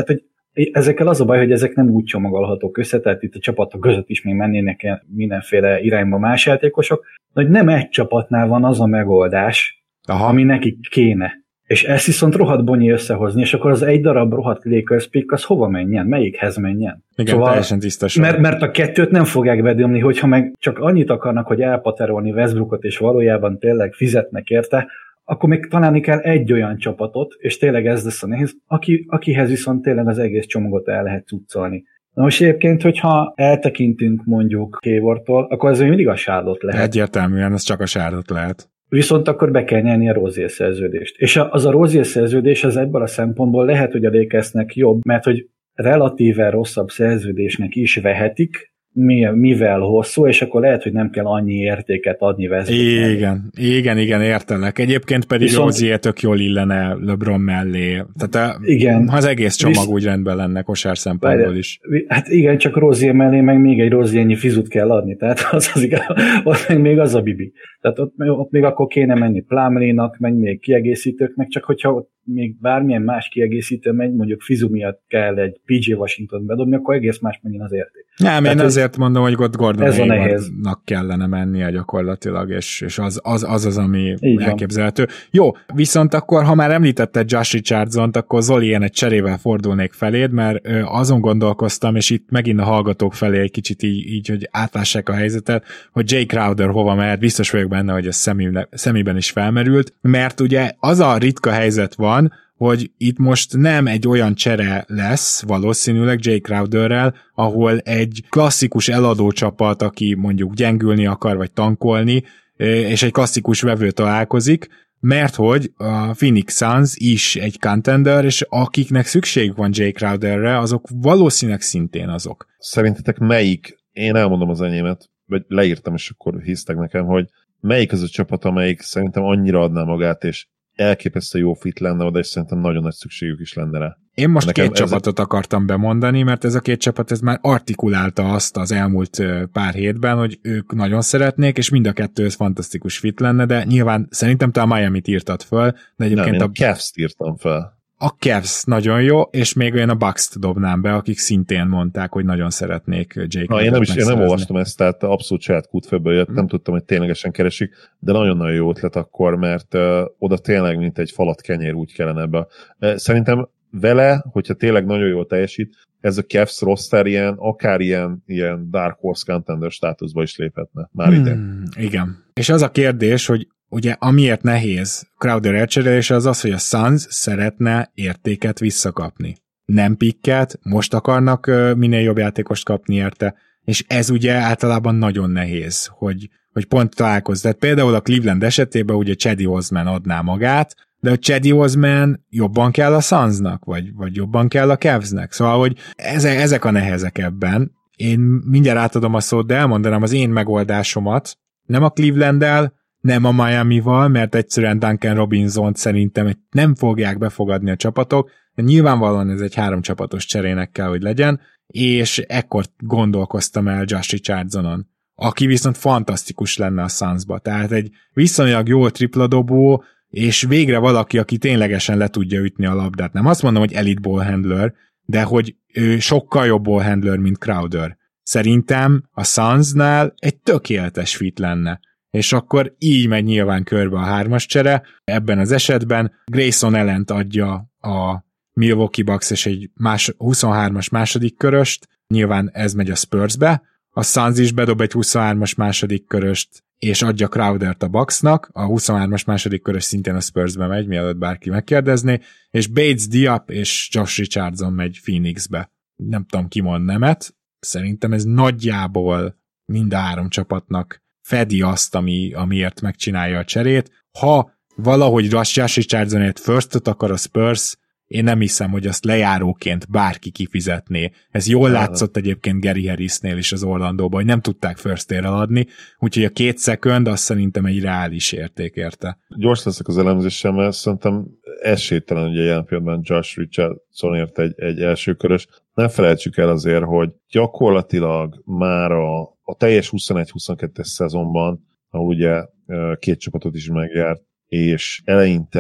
Speaker 4: ezekkel az a baj, hogy ezek nem úgy csomagolhatók össze, tehát itt a csapatok között is még mennének mindenféle irányba más játékosok, hogy nem egy csapatnál van az a megoldás, ami nekik kéne. És ezt viszont rohadt bonyi összehozni, és akkor az egy darab rohadt Lakers pick, az hova menjen? Melyikhez menjen?
Speaker 2: Igen, szóval, teljesen tisztaság.
Speaker 4: Mert a kettőt nem fogják bedömni, hogyha meg csak annyit akarnak, hogy elpaterolni Westbrookot, és valójában tényleg fizetnek érte, akkor még találni kell egy olyan csapatot, és tényleg ez lesz a nehéz, akihez viszont tényleg az egész csomagot el lehet cuccolni. Na most egyébként, hogyha eltekintünk mondjuk Haywardtól, akkor ez még mindig a Charlotte lehet.
Speaker 2: Egyértelműen, ez csak a Charlotte lehet.
Speaker 4: Viszont akkor be kell nyerni a Rozier szerződést. És az a Rozier szerződés az ebből a szempontból lehet, hogy a Lakersnek jobb, mert hogy relatíve rosszabb szerződésnek is vehetik, mivel hosszú, és akkor lehet, hogy nem kell annyi értéket adni Westbrooknak.
Speaker 2: Igen, értelek. Egyébként pedig Rozier tök jól illene LeBron mellé. Tehát ha az egész csomag úgy rendben lenne kosár szempontból is.
Speaker 4: Hát igen, csak Rozier mellé meg még egy Roziernyi fizut kell adni, tehát az igaz, ott meg még az a bibi. Tehát ott még akkor kéne menni Plumlee-nak, menni még kiegészítőknek, csak hogyha ott még bármilyen más kiegészítő megy, mondjuk fizu miatt kell egy PJ Washington bedobni, akkor egész más megint az érték.
Speaker 2: Nem, én azért mondom, hogy ott Gordon Haywardnak kellene mennie gyakorlatilag, és az, ami elképzelhető. Jó, viszont akkor, ha már említetted Josh Richardsont, akkor Zoli, én egy cserével fordulnék feléd, mert azon gondolkoztam, és itt megint a hallgatók felé egy kicsit így hogy átlássák a helyzetet, hogy Jay Crowder hova mehet, biztos vagyok benne, hogy ez szemében is felmerült, mert ugye az a ritka helyzet van, hogy itt most nem egy olyan csere lesz valószínűleg Jay Crowderrel, ahol egy klasszikus eladó csapat, aki mondjuk gyengülni akar, vagy tankolni, és egy klasszikus vevő találkozik, mert hogy a Phoenix Suns is egy contender, és akiknek szükség van Jay Crowderre, azok valószínűleg szintén azok.
Speaker 3: Szerintetek melyik, én elmondom az enyémet, vagy leírtam, és akkor hisztek nekem, hogy melyik az a csapat, amelyik szerintem annyira adná magát, és elképesztő jó fit lenne oda, és szerintem nagyon nagy szükségük is lenne rá.
Speaker 2: Én most nekem két csapatot akartam bemondani, mert ez a két csapat ez már artikulálta azt az elmúlt pár hétben, hogy ők nagyon szeretnék, és mind a kettőhöz fantasztikus fit lenne, de nyilván szerintem te a Miami-t írtad föl, de egyébként
Speaker 3: nem, én a Cavs-t írtam fel.
Speaker 2: A Cavs nagyon jó, és még olyan a Bucks-t dobnám be, akik szintén mondták, hogy nagyon szeretnék Jay Crowdert
Speaker 3: én nem olvastam ezt, tehát abszolút saját kútfőből jött, nem tudtam, hogy ténylegesen keresik, de nagyon-nagyon jó ötlet akkor, mert oda tényleg mint egy falat kenyér úgy kellene ebbe. Szerintem vele, hogyha tényleg nagyon jól teljesít, ez a Cavs roster akár ilyen Dark Horse contender státuszba is léphetne már ide.
Speaker 2: Igen. És az a kérdés, hogy ugye amiért nehéz Crowder elcserélése az, hogy a Suns szeretne értéket visszakapni. Nem pikket, most akarnak minél jobb játékost kapni érte, és ez ugye általában nagyon nehéz, hogy pont találkozz. Tehát például a Cleveland esetében ugye Cedi Osman adná magát, de a Cedi Osman jobban kell a Sunsnak, vagy jobban kell a Cavsnek. Szóval, hogy ezek a nehezek ebben. Én mindjárt átadom a szót, de elmondanám az én megoldásomat. Nem a Clevelanddel, nem a Miami-val, mert egyszerűen Duncan Robinson-t szerintem nem fogják befogadni a csapatok, de nyilvánvalóan ez egy 3 csapatos cserének kell, hogy legyen, és ekkor gondolkoztam el Josh Richardsonon, aki viszont fantasztikus lenne a Sunsba. Tehát egy viszonylag jó tripladobó, és végre valaki, aki ténylegesen le tudja ütni a labdát. Nem azt mondom, hogy elite ballhandler, de hogy ő sokkal jobb ballhandler, mint Crowder. Szerintem a Sunsnál egy tökéletes fit lenne. És akkor így megy nyilván körbe a 3-as csere. Ebben az esetben Grayson Allent adja a Milwaukee Bucks és egy 23-as második köröst, nyilván ez megy a Spursbe, a Suns is bedob egy 23-as második köröst, és adja Crowdert a Bucksnak, a 23-as második körös szintén a Spursbe megy, mielőtt bárki megkérdezné, és Bates Diop és Josh Richardson megy Phoenixbe. Nem tudom, ki mond nemet, szerintem ez nagyjából mind a 3 csapatnak fedi azt, amiért megcsinálja a cserét. Ha valahogy Josh Richardsonért firstot akar a Spurs, én nem hiszem, hogy azt lejáróként bárki kifizetné. Ez jól látszott egyébként Gary Harrisnél is az Orlandóban, hogy nem tudták first-ére adni, úgyhogy a 2 second azt szerintem egy reális érték érte.
Speaker 3: Gyors leszek az elemzéssel, mert szerintem esélytelen, hogy jelen pillanatban Josh Richardsonért egy elsőkörös. Nem felejtsük el azért, hogy gyakorlatilag már a teljes 21-22-es szezonban, ahol ugye 2 csapatot is megjárt, és eleinte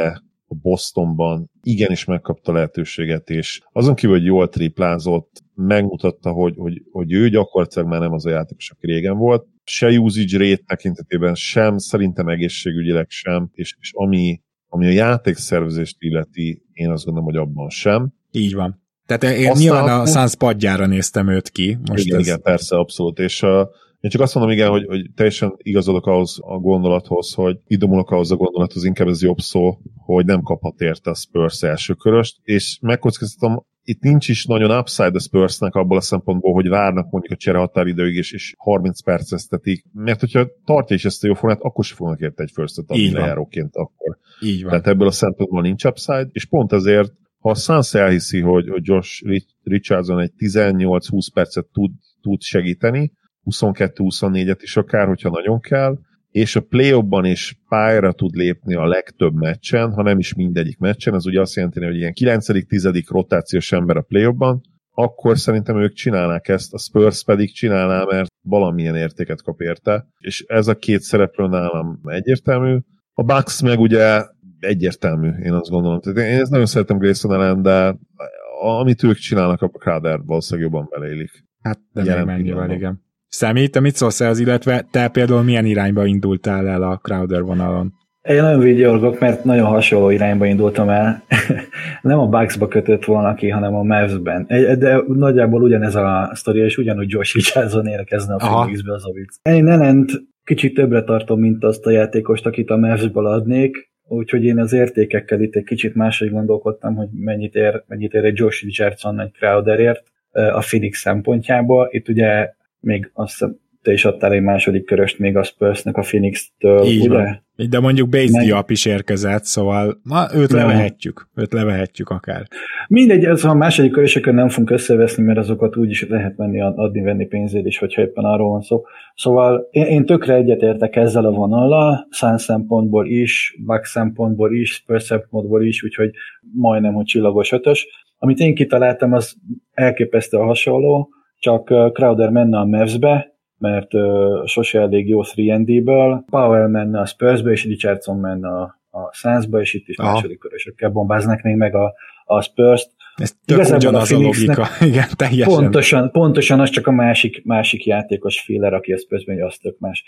Speaker 3: a Bostonban igenis megkapta lehetőséget, és azon kívül, hogy jól triplázott, megmutatta, hogy ő gyakorlatilag már nem az a játékos, aki régen volt. Se usage rate tekintetében sem, szerintem egészségügyileg sem, és ami a játékszervezést illeti, én azt gondolom, hogy abban sem.
Speaker 2: Így van. Tehát én nyilván a Suns padjára néztem őt ki. Most
Speaker 3: igen, persze, abszolút. És én csak azt mondom, igen, hogy teljesen igazodok ahhoz a gondolathoz, hogy idomulok ahhoz a gondolathoz, inkább ez jobb szó, hogy nem kaphat érte a Spurs első köröst, és megkockáztatom, itt nincs is nagyon upside a Spursnek abból a szempontból, hogy várnak mondjuk a csere határidőig, és 30 perceztetik, mert hogyha tartja is ezt a jó formát, akkor sem fognak érte egy firstet adni lejáróként akkor.
Speaker 2: Így van.
Speaker 3: Tehát ebből a szempontból nincs upside, és pont ezért, ha a Suns elhiszi, hogy Josh Richardson egy 18-20 percet tud segíteni, 22-24-et is akár, hogyha nagyon kell, és a play-offban is pályára tud lépni a legtöbb meccsen, ha nem is mindegyik meccsen, ez ugye azt jelenti, hogy ilyen 9.-10. rotációs ember a play-offban, akkor szerintem ők csinálnák ezt, a Spurs pedig csinálná, mert valamilyen értéket kap érte, és ez a két szereplő nálam egyértelmű. A Bucks meg ugye egyértelmű, én azt gondolom. Tehát én ezt nagyon szeretem Grayson ellen, de amit ők csinálnak, a Crowder valószínűleg jobban beleélik.
Speaker 2: Hát de még mennyivel, igen. Szemi, te mit szólsz ez, illetve te például milyen irányba indultál el a Crowder vonalon?
Speaker 4: Én nagyon vigyorgok, mert nagyon hasonló irányba indultam el. Nem a Bucksba kötött volna ki, hanem a Mavs-ben. De nagyjából ugyanez a sztori, és ugyanúgy Josh Richardson érkezne a Phoenixbe, az a vicc. Én Nennent kicsit többre tartom, mint azt a játékost, akit a Mavs-ból adnék, úgyhogy én az értékekkel itt egy kicsit máshogy gondolkodtam, hogy mennyit ér egy Josh Richardson egy Crowderért a Phoenix szempontjából. Itt ugye még azt hiszem, te is adtál egy második köröst még a Spursnek a Phoenix-től,
Speaker 2: így
Speaker 4: ugye?
Speaker 2: Van. De mondjuk Base Diop is érkezett, szóval őt levehetjük akár.
Speaker 4: Mindegy, ez a második körösökön nem fogunk összeveszni, mert azokat úgy is lehet adni-venni pénzért is, hogyha éppen arról van szó. Szóval én tökre egyetértek ezzel a vonallal, Suns szempontból is, Bucks szempontból is, Spurs szempontból is, úgyhogy majdnem, hogy csillagos ötös. Amit én kitaláltam, az elképesztően hasonló, csak Crowder menne a Mavs-be, mert sose elég jó 3&D-ből, Powell menne a Spurs-be, és Richardson menne a Suns-ba, és itt is második körösökkel bombáznak még meg a Spurs-t.
Speaker 2: Ez tök ugyanaz a logika. Igen, teljesen.
Speaker 4: Pontosan az csak a másik játékos Filler, aki a Spurs-ben, hogy az tök más.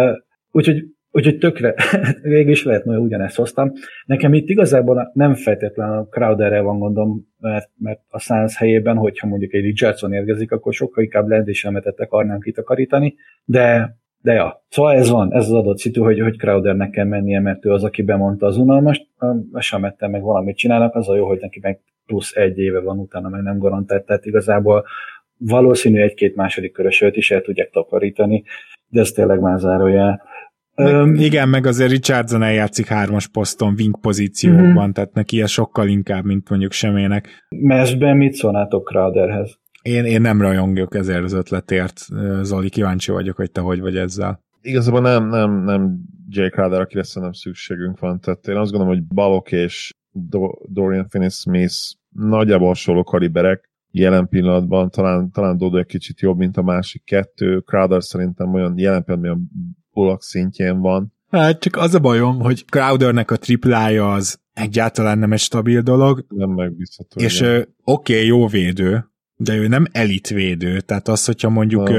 Speaker 4: Úgyhogy tökre, végül is lehet, hogy ugyanezt hoztam. Nekem itt igazából nem feltétlenül a Crowderrel van gondom, mert a Suns helyében, hogyha mondjuk egy Richardson érkezik, akkor sokkal inkább Landry Shametet akarnám kitakarítani, de ja. Szóval ez van, ez az adott szitu, hogy Crowdernek kell mennie, mert ő az, aki bemondta az unalmast, a Shamettel meg valamit csinálnak, az a jó, hogy neki meg plusz 1 éve van, utána meg nem garantált, tehát igazából valószínű 1-2 második körösöt is el tudják takarítani, de ez tényleg már zárójel.
Speaker 2: Igen, meg azért Richardson eljátszik 3-as poszton, wing pozícióban, tehát neki ez sokkal inkább, mint mondjuk Semének.
Speaker 4: Mezben mit szólnátok Crowderhez?
Speaker 2: Én nem rajongok ezért az ötletért. Zoli, kíváncsi vagyok, hogy te hogy vagy ezzel.
Speaker 3: Igazából nem Jay Crowder, akire szerintem szükségünk van. Tehát én azt gondolom, hogy Balok és Dorian Finney-Smith nagyjából hasonló kaliberek jelen pillanatban. Talán Dodo egy kicsit jobb, mint a másik kettő. Crowder szerintem olyan jelen pillanatban Bullock szintjén van.
Speaker 2: Hát csak az a bajom, hogy Crowdernek a triplája az egyáltalán nem egy stabil dolog.
Speaker 3: Nem megbízható.
Speaker 2: És oké, jó védő, de ő nem elitvédő, tehát az, hogyha mondjuk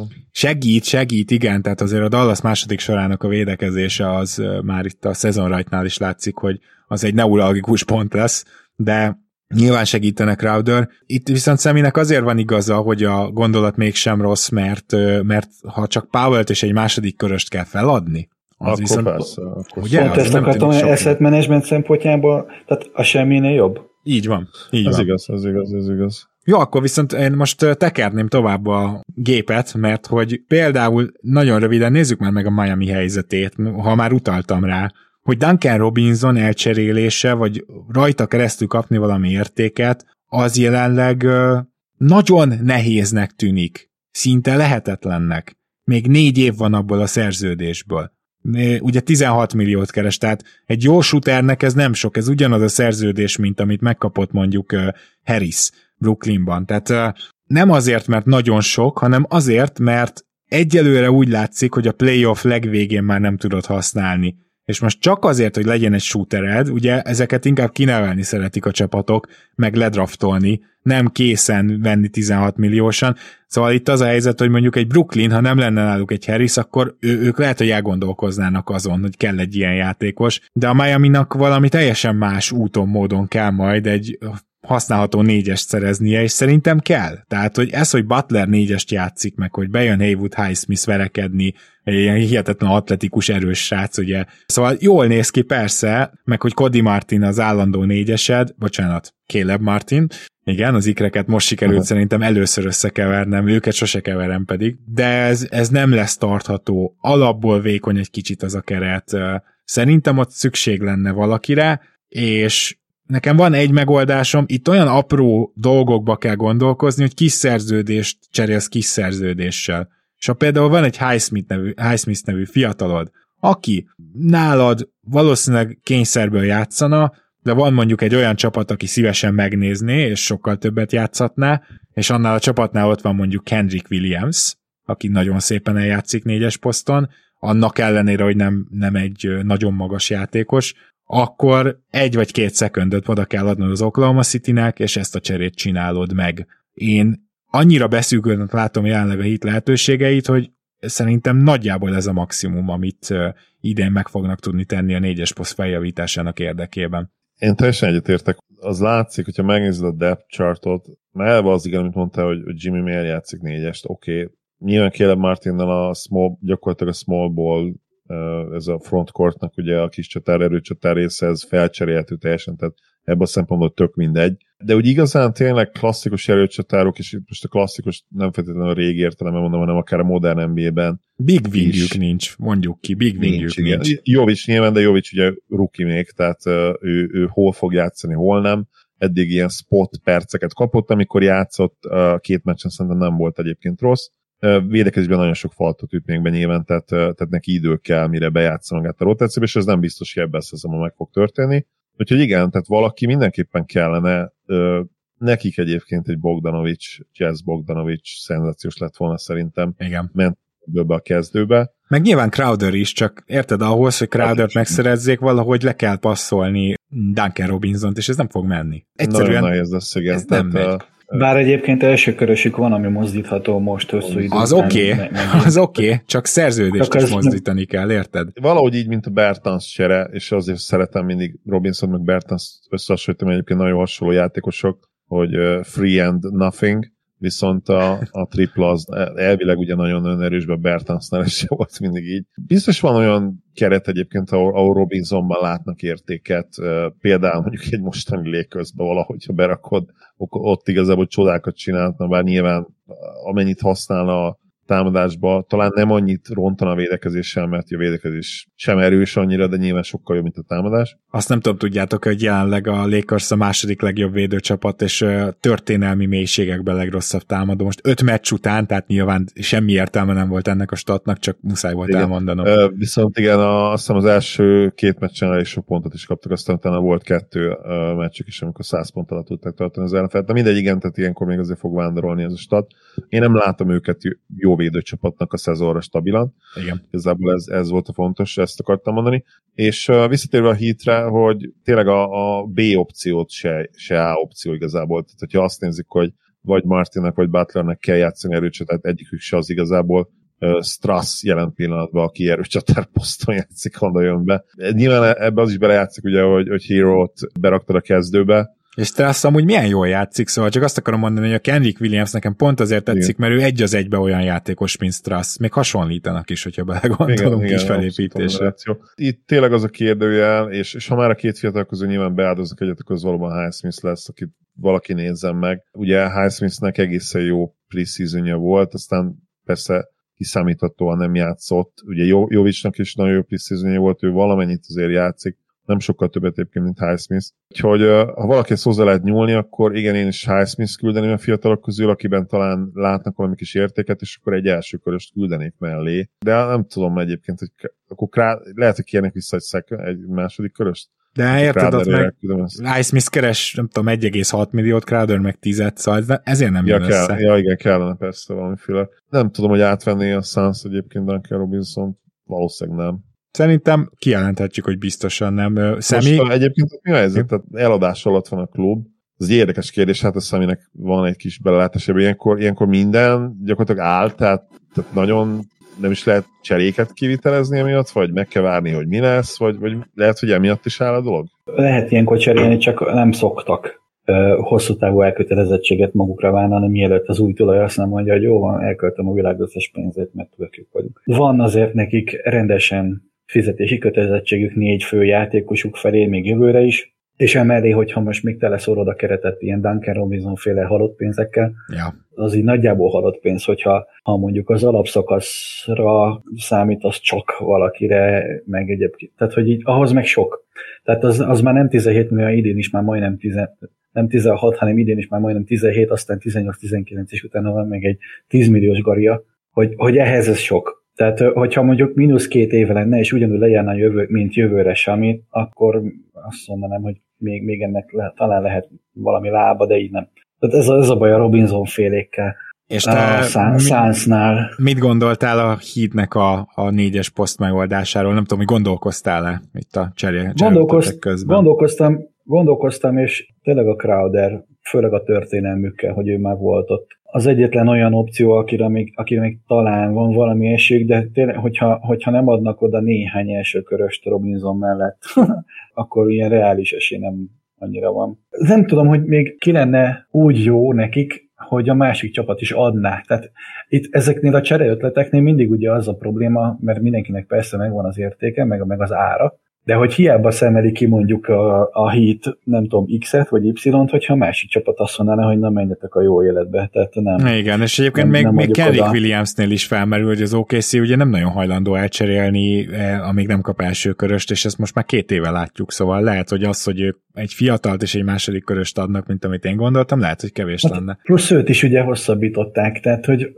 Speaker 2: segít, igen, tehát azért a Dallas második sorának a védekezése az már itt a szezon rajtnál is látszik, hogy az egy neuralgikus pont lesz, de nyilván segítenek Crowder. Itt viszont Szeminek azért van igaza, hogy a gondolat mégsem rossz, mert ha csak Powell-t és egy második köröst kell feladni, az
Speaker 3: akkor
Speaker 2: viszont...
Speaker 3: Persze,
Speaker 4: ugye? Pont ezt akartam, hogy asset management szempontjából, tehát a semminél jobb.
Speaker 2: Így van.
Speaker 3: Ez igaz.
Speaker 2: Jó, akkor viszont én most tekerném tovább a gépet, mert hogy például nagyon röviden nézzük már meg a Miami helyzetét, ha már utaltam rá, hogy Duncan Robinson elcserélése, vagy rajta keresztül kapni valami értéket, az jelenleg nagyon nehéznek tűnik. Szinte lehetetlennek. Még 4 év van abból a szerződésből. Ugye 16 milliót keres, tehát egy jó shooternek ez nem sok, ez ugyanaz a szerződés, mint amit megkapott mondjuk Harris Brooklynban. Tehát nem azért, mert nagyon sok, hanem azért, mert egyelőre úgy látszik, hogy a playoff legvégén már nem tudod használni és most csak azért, hogy legyen egy shootered, ugye ezeket inkább kinevelni szeretik a csapatok, meg ledraftolni, nem készen venni 16 milliósan. Szóval itt az a helyzet, hogy mondjuk egy Brooklyn, ha nem lenne náluk egy Harris, akkor ők lehet, hogy elgondolkoznának azon, hogy kell egy ilyen játékos, de a Miaminak valami teljesen más úton, módon kell majd egy használható 4-est szereznie, és szerintem kell. Tehát, hogy hogy Butler 4-est játszik meg, hogy bejön Haywood, Highsmith verekedni, egy ilyen hihetetlen atletikus, erős srác, ugye. Szóval jól néz ki persze, meg hogy Cody Martin az állandó 4-esed, bocsánat, Caleb Martin, igen, az ikreket most sikerült szerintem először összekevernem, őket sose keverem pedig, de ez nem lesz tartható, alapból vékony egy kicsit az a keret. Szerintem ott szükség lenne valakire, és nekem van egy megoldásom, itt olyan apró dolgokba kell gondolkozni, hogy kis szerződést cserélsz kis szerződéssel. És ha például van egy Highsmith nevű fiatalod, aki nálad valószínűleg kényszerből játszana, de van mondjuk egy olyan csapat, aki szívesen megnézné, és sokkal többet játszhatná, és annál a csapatnál ott van mondjuk Kendrick Williams, aki nagyon szépen eljátszik 4-es poszton, annak ellenére, hogy nem egy nagyon magas játékos, akkor 1 vagy 2 szekundot oda kell adnod az Oklahoma Citynek, és ezt a cserét csinálod meg. Én annyira beszűkülnek látom jelenleg a hit lehetőségeit, hogy szerintem nagyjából ez a maximum, amit idén meg fognak tudni tenni a 4-es poszt feljavításának érdekében.
Speaker 3: Én teljesen egyetértek. Az látszik, hogyha megnézed a depth chartot, már elve az igen, amit mondtál, hogy Jimmy miért játszik 4-est, oké. Nyilván Caleb Martinnal gyakorlatilag a small ball, ez a frontcourtnak ugye a kis csatár, erőcsatár része, ez felcserélhető teljesen, tehát ebből a szempontból tök mindegy. De úgy igazán tényleg klasszikus erőcsatárok, és most a klasszikus nem feltétlenül a régi értelemben mondom, hanem akár a modern NBA-ben.
Speaker 2: Big wingjük nincs, mondjuk ki, big wingjük nincs.
Speaker 3: Jovic nyilván, de Jovic ugye rookie még, tehát ő hol fog játszani, hol nem. Eddig ilyen spot perceket kapott, amikor játszott, 2 meccsen szerintem nem volt egyébként rossz. Védekezésben nagyon sok faltot üt még be nyilván, tehát neki idő kell, mire bejátsza magát a rotációba, és ez nem biztos, hogy ebben a szezonban meg fog történni. Úgyhogy igen, tehát valaki mindenképpen kellene, nekik egyébként egy Jazz Bogdanovic szenzációs lett volna szerintem.
Speaker 2: Igen.
Speaker 3: Ment be a kezdőbe.
Speaker 2: Meg nyilván Crowder is, csak érted, ahhoz, hogy Crowdert megszerezzék, valahogy le kell passzolni Duncan Robinsont, és ez nem fog menni. Egyszerűen
Speaker 3: nagyon nehéz lesz, igen.
Speaker 2: Ez nem megy.
Speaker 4: Bár egyébként első körösük van, ami mozdítható most hosszú idő.
Speaker 2: Az oké, csak szerződést is mozdítani kell, érted?
Speaker 3: Valahogy így, mint a Bertans csere, és azért szeretem mindig Robinson meg Bertans összehasonlítani, egyébként nagyon hasonló játékosok, hogy free and nothing, viszont a tripla az elvileg ugye nagyon önerősben Bertansnál se volt mindig így. Biztos van olyan keret egyébként, ahol Robinsonban látnak értéket, például mondjuk egy mostani Lakersbe valahogy, ha berakod, ott igazából csodákat csinálhatna, bár nyilván amennyit használna a támadásba, talán nem annyit rontana a védekezéssel, mert a védekezés sem erős annyira, de nyilván sokkal jobb, mint a támadás.
Speaker 2: Azt nem tudom, tudjátok, hogy jelenleg a Lakers a második legjobb védőcsapat, és történelmi mélységekben legrosszabb támadó. Most 5 meccs után, tehát nyilván semmi értelme nem volt ennek a statnak, csak muszáj volt elmondanom.
Speaker 3: Viszont igen, azt hiszem az első 2 meccsen elég sok pontot is kaptak, aztán utána volt 2 meccsük is, amikor 100 pont alatt tudták tartani az ellenfelet. De mindegy, igen, tehát ilyenkor még azért fog vándorolni ez a stat. Én nem látom őket jó védőcsapatnak a szezonra stabilan.
Speaker 2: Igen.
Speaker 3: Igazából ez volt a fontos, ezt akartam mondani. És visszatérve a Heatre, hogy tényleg a B opciót se A opció igazából. Tehát, hogyha azt nézik, hogy vagy Martinnek, vagy Butlernek kell játszani erőcsatát, egyikük se az igazából. Strass jelen pillanatban, aki erőcsatár poszton játszik, oda jön be. Nyilván ebbe az is belejátszik, ugye, hogy Hero-t beraktad a kezdőbe,
Speaker 2: és Strass amúgy milyen jól játszik, szóval csak azt akarom mondani, hogy a Kendrick Williams nekem pont azért tetszik, mert ő egy az egybe olyan játékos, mint Strass. Még hasonlítanak is, hogyha belegondolunk kis felépítésre.
Speaker 3: Itt tényleg az a kérdőjel, és ha már a 2 fiatal közül nyilván beáldoznak egyet, akkor az valóban Highsmith lesz, akit valaki nézzen meg. Ugye Highsmithnek egészen jó preseasonja volt, aztán persze kiszámíthatóan nem játszott. Ugye Jovicnak is nagyon jó preseasonja volt, ő valamennyit azért játszik, nem sokkal többet egyébként, mint Highsmith. Úgyhogy ha valaki ezt hozzá lehet nyúlni, akkor igen, én is Highsmith küldeném a fiatalok közül, akiben talán látnak valami kis értéket, és akkor egy első köröst küldenék mellé. De nem tudom egyébként, hogy akkor lehet, hogy kérnek vissza egy második köröst.
Speaker 2: De érted, ott meg Highsmith keres, nem tudom, 1,6 milliót, Crowder meg 10, szóval ezért nem jön össze.
Speaker 3: Ja, igen, kellene persze valamiféle. Nem tudom, hogy átvenné a Suns egyébként Duncan Robinson, valószínűleg nem.
Speaker 2: Szerintem kijelenthetjük, hogy biztosan nem. Szemi...
Speaker 3: Most egyébként mi a helyzet? Tehát eladás alatt van a klub. Ez egy érdekes kérdés, hát a Szeminek van egy kis belelátása, ilyenkor minden gyakorlatilag áll, tehát nagyon nem is lehet cseréket kivitelezni emiatt, vagy meg kell várni, hogy mi lesz, vagy lehet, hogy emiatt is áll a dolog?
Speaker 4: Lehet ilyenkor cserélni, csak nem szoktak hosszú távú elkötelezettséget magukra vállalni, mielőtt az új tulaj azt nem mondja, hogy jó van, elköltöm a világ összes pénzét, mert tőkük vagyunk. Van azért nekik rendesen fizetési kötelezettségük 4 fő játékosuk felé még jövőre is, és emellé, hogyha most még teleszorod a keretet ilyen Duncan Robinson féle halott pénzekkel, az így nagyjából halott pénz, hogyha mondjuk az alapszakaszra számítasz csak valakire, meg egyébként. Tehát, hogy így, ahhoz meg sok. Tehát az már nem 17 millió, idén is már majdnem nem 16, hanem idén is már majdnem 17, aztán 18-19, és utána van meg egy 10 milliós garia, hogy ehhez ez sok. Tehát, hogyha mondjuk -2 éve lenne, és ugyanúgy lejárna mint jövőre Sami, akkor azt mondanám, hogy még ennek talán lehet valami lába, de így nem. Tehát ez a baj a Robinson félékkel.
Speaker 2: És te
Speaker 4: Sainznál.
Speaker 2: Mit gondoltál a Heatnek a 4-es poszt megoldásáról? Nem tudom, hogy gondolkoztál-e itt a cseréltetek közben?
Speaker 4: Gondolkoztam, és tényleg a Crowder, főleg a történelmükkel, hogy ő már volt ott. Az egyetlen olyan opció, akire még talán van valami esély, de tényleg, hogyha nem adnak oda néhány elsőköröst Robinson mellett, akkor ilyen reális esély nem annyira van. Nem tudom, hogy még ki lenne úgy jó nekik, hogy a másik csapat is adná. Tehát itt ezeknél a csereötleteknél mindig ugye az a probléma, mert mindenkinek persze megvan az értéke, meg az ára, de hogy hiába szemeli ki mondjuk a Heat, nem tudom, X-et vagy Y-t, hogyha a másik csapat azt mondaná, hogy na menjetek a jó életbe. Tehát nem.
Speaker 2: Igen, és egyébként még Kenrick Williamsnél is felmerül, hogy az OKC ugye nem nagyon hajlandó elcserélni, amíg nem kap első köröst, és ezt most már 2 éve látjuk, szóval lehet, hogy az, hogy ők egy fiatalt és egy második köröst adnak, mint amit én gondoltam, lehet, hogy kevés lenne. Plusz
Speaker 4: őt is ugye hosszabbították, tehát hogy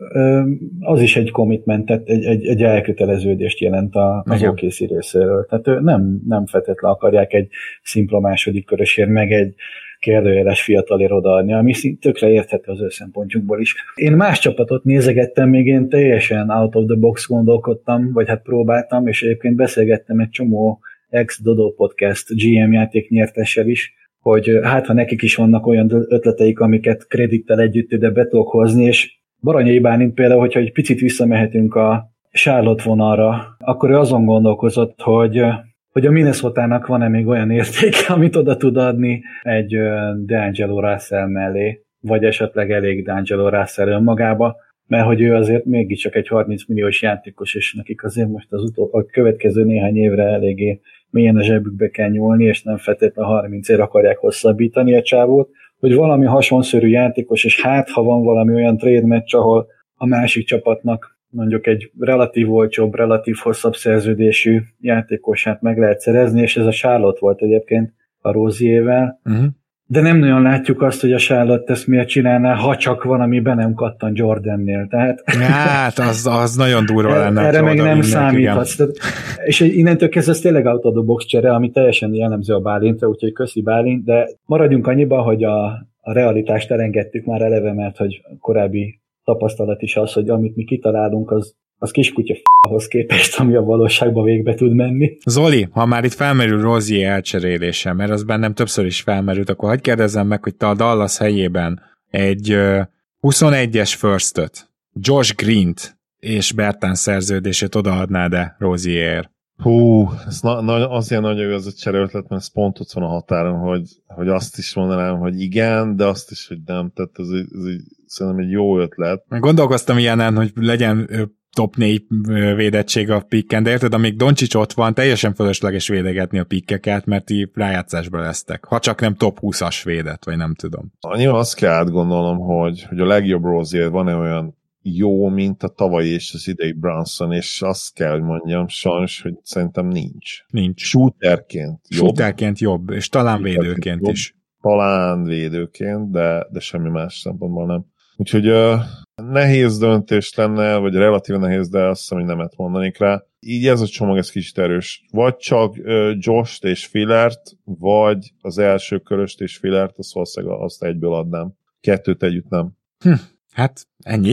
Speaker 4: az is egy commitment, tehát egy elköteleződést jelent az OKC részéről. Tehát nem feltétlenül akarják egy szimpla második körösért, meg egy kérdőjeles fiatalért odaadni, ami tökre érthető az ő szempontjukból is. Én más csapatot nézegettem, még én teljesen out of the box gondolkodtam, vagy hát próbáltam, és egyébként beszélgettem egy csomó ex-Dodo Podcast GM játéknyertessel is, hogy hát ha nekik is vannak olyan ötleteik, amiket kredittel együtt ide be tudok hozni, és Baranyai Bálint például, hogyha egy picit visszamehetünk a Charlotte vonalra, akkor ő azon gondolkozott, hogy a Minnesotának van-e még olyan értéke, amit oda tud adni egy D'Angelo Russell mellé, vagy esetleg elég D'Angelo Russell önmagába, mert hogy ő azért mégiscsak egy 30 milliós játékos, és nekik azért most a következő néhány évre eléggé mélyen a zsebükbe kell nyúlni, és nem feltétlenül 30-ért akarják hosszabbítani a csávót, hogy valami hasonszörű játékos, és hát ha van valami olyan trade match, ahol a másik csapatnak mondjuk egy relatív olcsóbb, relatív hosszabb szerződésű játékosát meg lehet szerezni, és ez a Charlotte volt egyébként a Roziervel, de nem nagyon látjuk azt, hogy a Charlotte ezt miért csinálná, ha csak van, ami be nem kattan Jordannél. Tehát...
Speaker 2: Hát, az nagyon durva lenne.
Speaker 4: Erre meg nem számíthatsz. És innentől kezdve ez tényleg out of the box csere, ami teljesen jellemző a Bálintra, úgyhogy köszi Bálint, de maradjunk annyiba, hogy a realitást elengedtük már eleve, mert hogy korábbi tapasztalat is az, hogy amit mi kitalálunk, az kiskutya f***hoz képest, ami a valóságban végbe tud menni.
Speaker 2: Zoli, ha már itt felmerül Rozier elcserélése, mert az bennem többször is felmerült, akkor hadd kérdezzem meg, hogy te a Dallas helyében egy 21-es firstöt, Josh Greent és Bertans szerződését odaadnád-e Rozier?
Speaker 3: Hú, ez azért nagyon az a csereötlet, mert ez pont ott van a határon, hogy azt is mondanám, hogy igen, de azt is, hogy nem. Tehát ez szerintem egy jó ötlet.
Speaker 2: Gondolkoztam ilyenen, hogy legyen top 4 védettség a pikken, de érted, amíg Doncic ott van, teljesen fölösleges védegetni a pikkeket, mert így rájátszásba lesztek. Ha csak nem top 20-as védet, vagy nem tudom.
Speaker 3: Nyilván azt kell átgondolnom, hogy a legjobb Rozier van-e olyan jó, mint a tavalyi és az idei Brunson, és azt kell, hogy mondjam, sajnos, hogy szerintem nincs. Shooterként
Speaker 2: jobb, és talán védőként jobb. Is.
Speaker 3: Talán védőként, de semmi más szempontból nem. Úgyhogy nehéz döntés lenne, vagy relatív nehéz, de azt hiszem, hogy nemet mondanék rá. Így ez a csomag, ez kicsit erős. Vagy csak Josh-t és Fillert, vagy az első köröst és Fillert, azt valószínűleg azt egyből adnám. 2 együtt nem.
Speaker 2: Hát ennyi.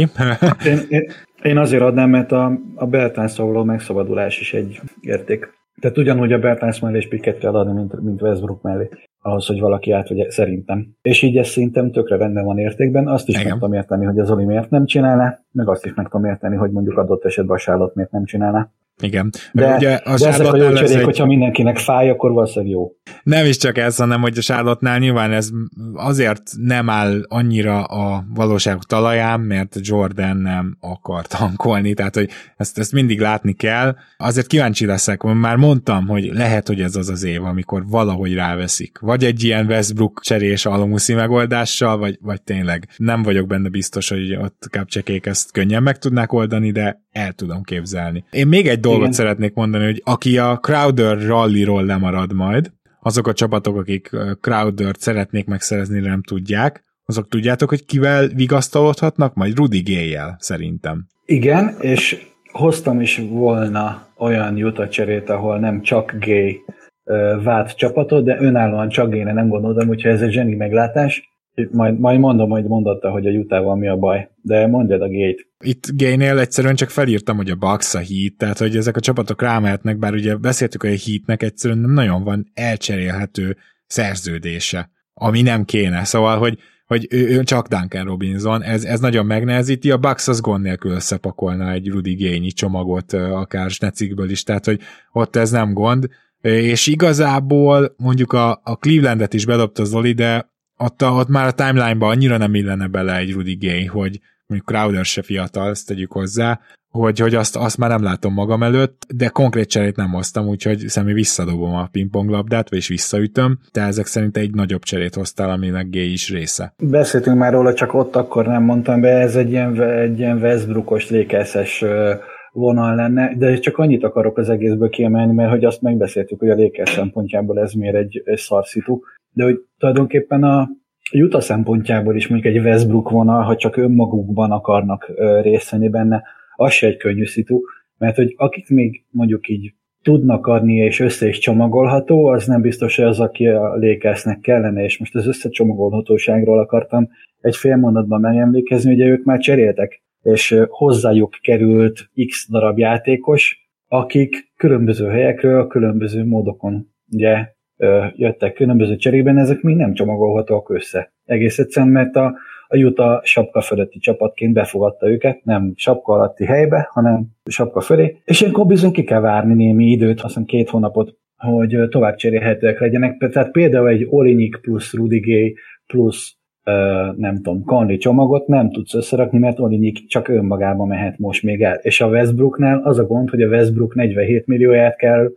Speaker 4: Én azért adnám, mert a Bertans-tól való megszabadulás is egy érték. Tehát ugyanúgy a Bertans mellé is picket kell adni, mint Westbrook mellé, ahhoz, hogy valaki átvegye, szerintem. És így ez szerintem tökre rendben van értékben. Azt is meg tudom érteni, hogy az Oli miért nem csinálná, meg azt is meg tudom érteni, hogy mondjuk adott esetben a Charlotte miért nem csinálná.
Speaker 2: Igen.
Speaker 4: De ezek a jó cserék, hogyha mindenkinek fáj, akkor valószínűleg jó.
Speaker 2: Nem is csak ez, hanem hogy a Charlotte-nál nyilván ez azért nem áll annyira a valóság talaján, mert Jordan nem akar tankolni, tehát hogy ezt mindig látni kell. Azért kíváncsi leszek, már mondtam, hogy lehet, hogy ez az év, amikor valahogy ráveszik. Vagy egy ilyen Westbrook cserés Alamuszi megoldással, vagy tényleg nem vagyok benne biztos, hogy ott Kapcsekék ezt könnyen meg tudnák oldani, de el tudom képzelni. Én még egy dolgot szeretnék mondani, hogy aki a Crowder rallyról lemarad majd, azok a csapatok, akik Crowdert szeretnék megszerezni, nem tudják, azok tudjátok, hogy kivel vigasztalodhatnak? Majd Rudy Gay-jel, szerintem.
Speaker 4: Igen, és hoztam is volna olyan Utah cserét, ahol nem csak Gay vált csapatot, de önállóan csak Gay-re nem gondoltam, úgyhogy ez egy zseni meglátás. Majd mondom, hogy mondotta, hogy a Utah-val mi a baj, de mondjad a Gay-t.
Speaker 2: Itt Gay-nél egyszerűen csak felírtam, hogy a Bucks, a Heat, tehát hogy ezek a csapatok rámehetnek, bár ugye beszéltük, hogy a Heatnek egyszerűen nem nagyon van elcserélhető szerződése, ami nem kéne, szóval, hogy ő csak Duncan Robinson, ez nagyon megnehezíti, a Bucks az gond nélkül összepakolna egy Rudy Gay-nyi csomagot, akár Snecikből is, tehát hogy ott ez nem gond, és igazából mondjuk a Clevelandet is bedobta Zoli, de ott már a timeline-ba annyira nem illene bele egy Rudy Gay, hogy mondjuk Crowder se fiatal, ezt tegyük hozzá, hogy azt már nem látom magam előtt, de konkrét cserét nem hoztam, úgyhogy személy visszadobom a pingponglabdát, vagyis visszaütöm, de ezek szerint egy nagyobb cserét hoztál, aminek Gay is része.
Speaker 4: Beszéltünk már róla, csak ott akkor nem mondtam be, ez egy ilyen Westbrookos Lakers-es vonal lenne, de csak annyit akarok az egészből kiemelni, mert hogy azt megbeszéltük, hogy a Lakers szempontjából ez miért egy szarszitu, de hogy tulajdonképpen a Utah szempontjából is mondjuk egy Westbrook vonal, ha csak önmagukban akarnak részt venni benne, az se egy könnyű szitu, mert hogy akik még mondjuk így tudnak adni és össze is csomagolható, az nem biztos, hogy az, aki a Lakersnek kellene, és most az összecsomagolhatóságról akartam egy fél mondatban megemlékezni, ugye ők már cseréltek, és hozzájuk került X darab játékos, akik különböző helyekről, különböző módokon ugye jöttek különböző cserében, ezek még nem csomagolhatóak össze. Egész egyszerűen, mert a Utah sapka fölötti csapatként befogadta őket, nem sapka alatti helybe, hanem sapka fölé, és ilyenkor bizony ki kell várni némi időt, azt hiszem 2 hónapot, hogy tovább cserélhetőek legyenek. Tehát például egy Olinik plusz Rudy Gay plusz nem tudom, Conley csomagot nem tudsz összerakni, mert Olinik csak önmagában mehet most még el. És a Westbrooknál az a gond, hogy a Westbrook 47 millióját kell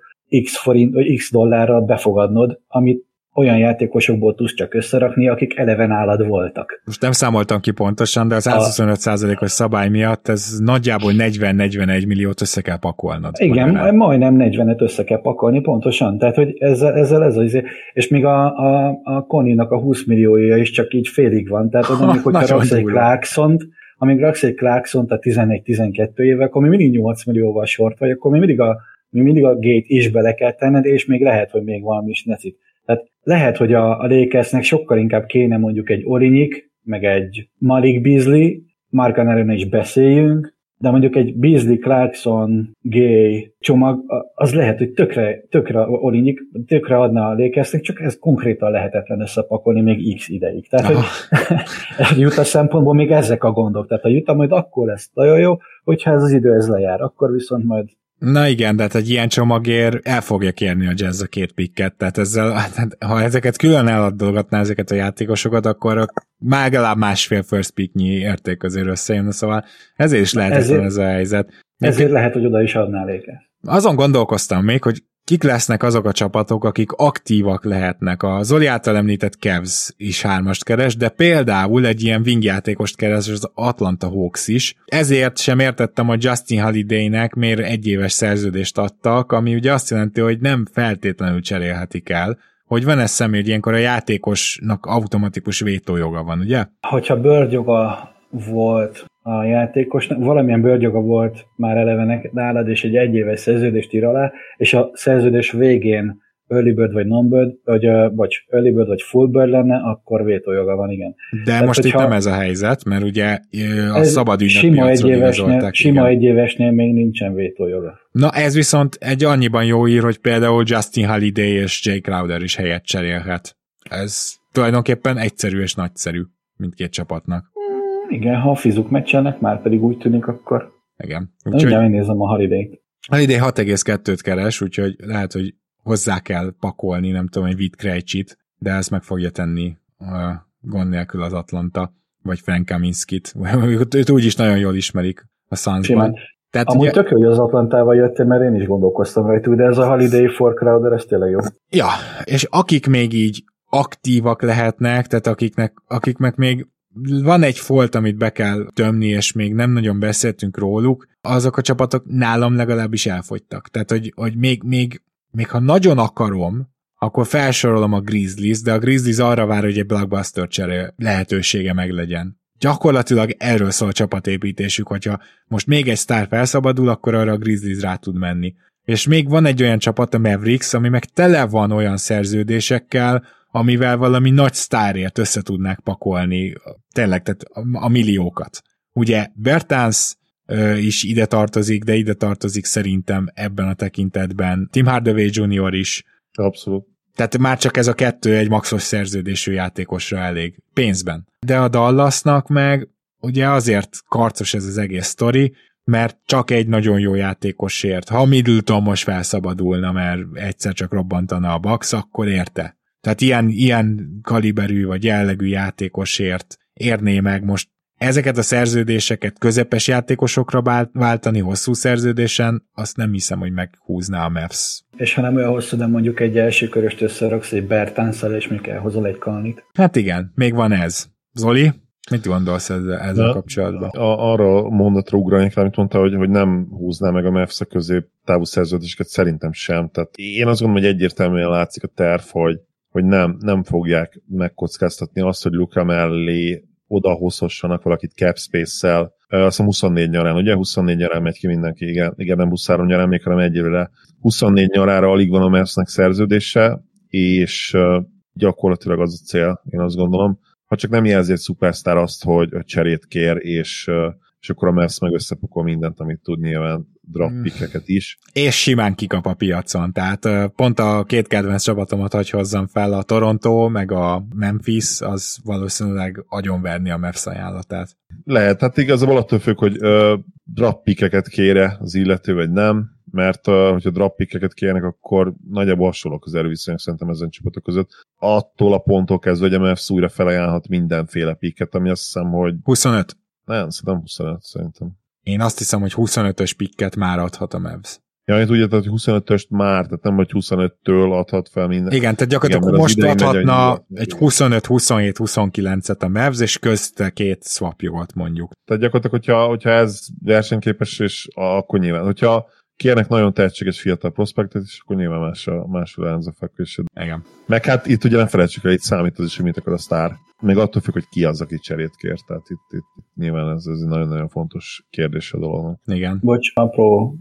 Speaker 4: X dollárral befogadnod, amit olyan játékosokból tudsz csak összerakni, akik eleve nálad voltak.
Speaker 2: Most nem számoltam ki pontosan, de az 125%-os szabály miatt ez nagyjából 40-41 milliót össze kell pakolnod.
Speaker 4: Igen, magyarán. Majdnem 40-et össze kell pakolni, pontosan. Tehát, hogy ezzel ez az, és még a Conley-nak a 20 milliója is csak így félig van. Tehát az, amikor raksz egy Clarksont a 11-12 évvel, akkor még mindig 8 millióval sort vagy, akkor még mindig a Gate is bele kell tenned, és még lehet, hogy még valami is necit. Tehát lehet, hogy a Lakersnek sokkal inkább kéne mondjuk egy Olinik, meg egy Malik Beasley, Mark Canary-ről is beszéljünk, de mondjuk egy Beasley, Clarkson, Gay csomag, az lehet, hogy tökre Olinik, tökre adna a Lakersnek, csak ez konkrétan lehetetlen összepakolni még X ideig. Tehát, hogy a Utah szempontból még ezek a gondok. Tehát a Utah majd akkor lesz nagyon jó, hogyha ez az idő ez lejár, akkor viszont majd.
Speaker 2: Na igen, de hát egy ilyen csomagért el fogja kérni a Jazz a 2 picket, tehát ezzel, ha ezeket külön eladolgatná ezeket a játékosokat, akkor már legalább másfél first picknyi érték közé összejönne, szóval ezért is lehetetlen ez a helyzet.
Speaker 4: Ezért lehet, hogy oda is adná Lakers.
Speaker 2: Azon gondolkoztam még, hogy kik lesznek azok a csapatok, akik aktívak lehetnek. A Zoli által említett Cavs is 3-ast keres, de például egy ilyen wingjátékost keres az Atlanta Hawks is. Ezért sem értettem, hogy Justin Holidaynek miért 1 éves szerződést adtak, ami ugye azt jelenti, hogy nem feltétlenül cserélhetik el. Hogy van ez személy, hogy ilyenkor a játékosnak automatikus vétójoga van, ugye?
Speaker 4: Hogyha bőrjoga volt a játékosnak, valamilyen bőrjoga volt már eleve nálad, és egy 1 éves szerződést ír alá, és a szerződés végén early bird vagy non-bird, vagy early bird vagy full bird lenne, akkor vétójoga van, igen.
Speaker 2: De tehát, most itt nem ez a helyzet, mert ugye a szabad
Speaker 4: ünneppiacról igazolták. Sima egyévesnél még nincsen vétójoga.
Speaker 2: Na ez viszont egy annyiban jó ír, hogy például Justin Holiday és Jay Crowder is helyet cserélhet. Ez tulajdonképpen egyszerű és nagyszerű mindkét csapatnak.
Speaker 4: Igen, ha a fizuk meccselnek, már pedig úgy tűnik, akkor
Speaker 2: igen.
Speaker 4: Úgyhogy megnézem a Holiday-t.
Speaker 2: Holiday 6,2-t keres, úgyhogy lehet, hogy hozzá kell pakolni, nem tudom, egy Vít Krejcsit, de ezt meg fogja tenni gond nélkül az Atlanta, vagy Frank Kaminskit. Őt úgyis nagyon jól ismerik a Sunsban.
Speaker 4: Tehát amúgy ugye... tök jó, hogy az Atlantával jöttél, mert én is gondolkoztam rajtuk, de ez a Holiday for Crowder, ez tényleg jó.
Speaker 2: Ja, és akik még így aktívak lehetnek, tehát akiknek még van egy folt, amit be kell tömni, és még nem nagyon beszéltünk róluk, azok a csapatok nálam legalábbis elfogytak. Tehát, hogy még ha nagyon akarom, akkor felsorolom a Grizzlies, de a Grizzlies arra vár, hogy egy blockbuster csere lehetősége meglegyen. Gyakorlatilag erről szól a csapatépítésük, hogyha most még egy sztár felszabadul, akkor arra a Grizzlies rá tud menni. És még van egy olyan csapat, a Mavericks, ami meg tele van olyan szerződésekkel, amivel valami nagy sztárért össze tudnák pakolni, tényleg, tehát a milliókat. Ugye Bertans is ide tartozik, de ide tartozik szerintem ebben a tekintetben Tim Hardaway Jr. is.
Speaker 3: Abszolút.
Speaker 2: Tehát már csak ez a kettő egy maxos szerződésű játékosra elég pénzben. De a Dallasnak meg ugye azért karcos ez az egész sztori, mert csak egy nagyon jó játékosért. Ha Middleton most felszabadulna, mert egyszer csak robbantana a Bucks, akkor érte. Tehát ilyen kaliberű vagy jellegű játékosért érné meg most ezeket a szerződéseket közepes játékosokra váltani hosszú szerződésen, azt nem hiszem, hogy meghúzná a Mavs.
Speaker 4: És ha nem olyan hosszú, de mondjuk egy első köröst összeraksz egy Bertanszal, és még elhozol egy Kalnit.
Speaker 2: Hát igen, még van ez. Zoli, mit gondolsz ezzel kapcsolatban?
Speaker 3: Arra mondatra ugrani, amit mondta, hogy nem húzná meg a Mavs a középtávú szerződéseket, szerintem sem. Tehát én azt gondolom, hogy egyértelműen látszik a terv, hogy nem fogják megkockáztatni azt, hogy Luka mellé odahozhassanak valakit cap space-szel. Azt hiszem 24 nyarán, ugye? 24 nyarán megy ki mindenki, igen, nem 23 nyarán még, hanem egyelőre. 24 nyarára alig van a Mavsnek szerződése, és gyakorlatilag az a cél, én azt gondolom. Ha csak nem jelzi egy szupersztár azt, hogy cserét kér, és akkor a Mavs meg összepakol mindent, amit tud, nyilván draft pickeket is.
Speaker 2: És simán kikap a piacon, tehát pont a két kedvenc csapatomat hagy hozzam fel, a Toronto, meg a Memphis, az valószínűleg agyonverni a Mavs ajánlatát.
Speaker 3: Lehet, hát igazából attól függ, hogy draft pickeket kére az illető, vagy nem, mert hogyha draft pickeket kérnek, akkor nagyjából hasonlók az erőviszonyok szerintem ezen csapatok között. Attól a ponttól kezdve, hogy a Mavs újra felajánlhat mindenféle picket, ami azt hiszem, hogy
Speaker 2: 25.
Speaker 3: Nem, szerintem 25, szerintem.
Speaker 2: Én azt hiszem, hogy 25-ös picket már adhat a Mavs.
Speaker 3: Ja, én tudja, hogy 25-öst már, tehát nem, hogy 25-től adhat fel minden.
Speaker 2: Igen, tehát gyakorlatilag most adhatna egy 25-27-29-et a Mavs, és közte két swapjogot mondjuk.
Speaker 3: Tehát gyakorlatilag, hogyha ez versenyképes, és akkor nyilván, hogyha kérnek nagyon tehetséges fiatal prospektet, és akkor nyilván másról ez a fekvésed.
Speaker 2: Igen.
Speaker 3: Meg hát itt ugye nem felejtsük el, itt számít az is, hogy mit akar a sztár. Még attól függ, hogy ki az, aki cserét kér. Tehát itt nyilván ez egy nagyon-nagyon fontos kérdés a dolognak.
Speaker 2: Igen.
Speaker 4: Bocs, apró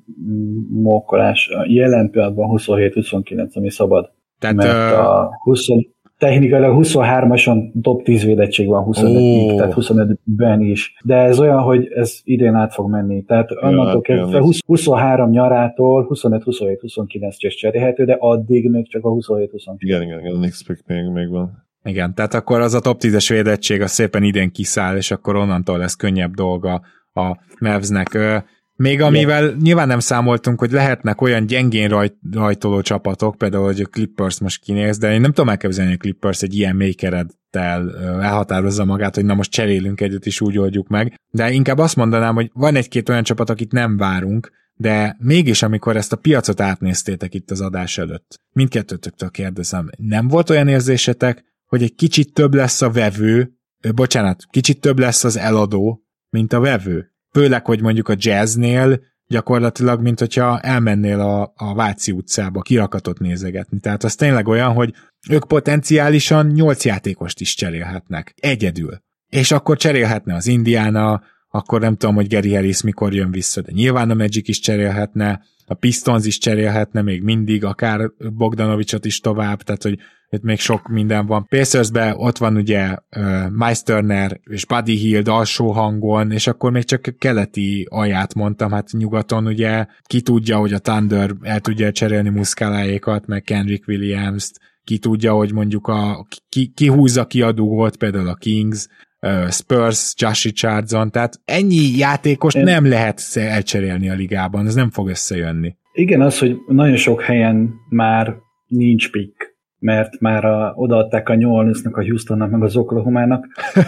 Speaker 4: mókolás. Jelen pillanatban 27-29, ami szabad. Tehát mert a 20, technikailag 23-ason top 10 védettség van 25-ig, tehát 25-ben is. De ez olyan, hogy ez idén át fog menni. Tehát annantól kezdve 23 nyarától 25-27-29-es cserélhető, de addig még csak a 27-29.
Speaker 3: Igen, a Knicks pick még van.
Speaker 2: Igen, tehát akkor az a top 10-es védettség az szépen idén kiszáll, és akkor onnantól lesz könnyebb dolga a Mavsnek. Még amivel nyilván nem számoltunk, hogy lehetnek olyan gyengén rajtoló csapatok, például, hogy a Clippers most kinéz, de én nem tudom elképzelni, hogy a Clippers egy ilyen mély kerettel elhatározza magát, hogy na most cserélünk egyet, és úgy oldjuk meg. De inkább azt mondanám, hogy van egy-két olyan csapat, akit nem várunk, de mégis, amikor ezt a piacot átnéztétek itt az adás előtt, mindkettőtöktől kérdezem, nem volt olyan érzésetek, hogy egy kicsit több lesz a vevő, kicsit több lesz az eladó, mint a vevő? Főleg, hogy mondjuk a Jazznél gyakorlatilag, mint hogyha elmennél a Váci utcába kirakatot nézegetni. Tehát az tényleg olyan, hogy ők potenciálisan 8 játékost is cserélhetnek. Egyedül. És akkor cserélhetne az Indiana, akkor nem tudom, hogy Gary Harris mikor jön vissza, de nyilván a Magic is cserélhetne, a Pistons is cserélhetne még mindig, akár Bogdanovicsot is tovább, tehát hogy itt még sok minden van. Pacersben ott van ugye Miles Turner és Buddy Hield alsó hangon, és akkor még csak keleti alját mondtam, hát nyugaton ugye ki tudja, hogy a Thunder el tudja cserélni Muscaláékat, meg Kendrick Williams-t, ki tudja, hogy mondjuk ki húzza ki a dugót, például a Kings, Spurs, Josh Richardson, tehát ennyi játékost nem lehet elcserélni a ligában, ez nem fog összejönni.
Speaker 4: Igen, az, hogy nagyon sok helyen már nincs pick, mert már odaadták a New Orleansnak, a Houstonnak, meg az Oklahomának,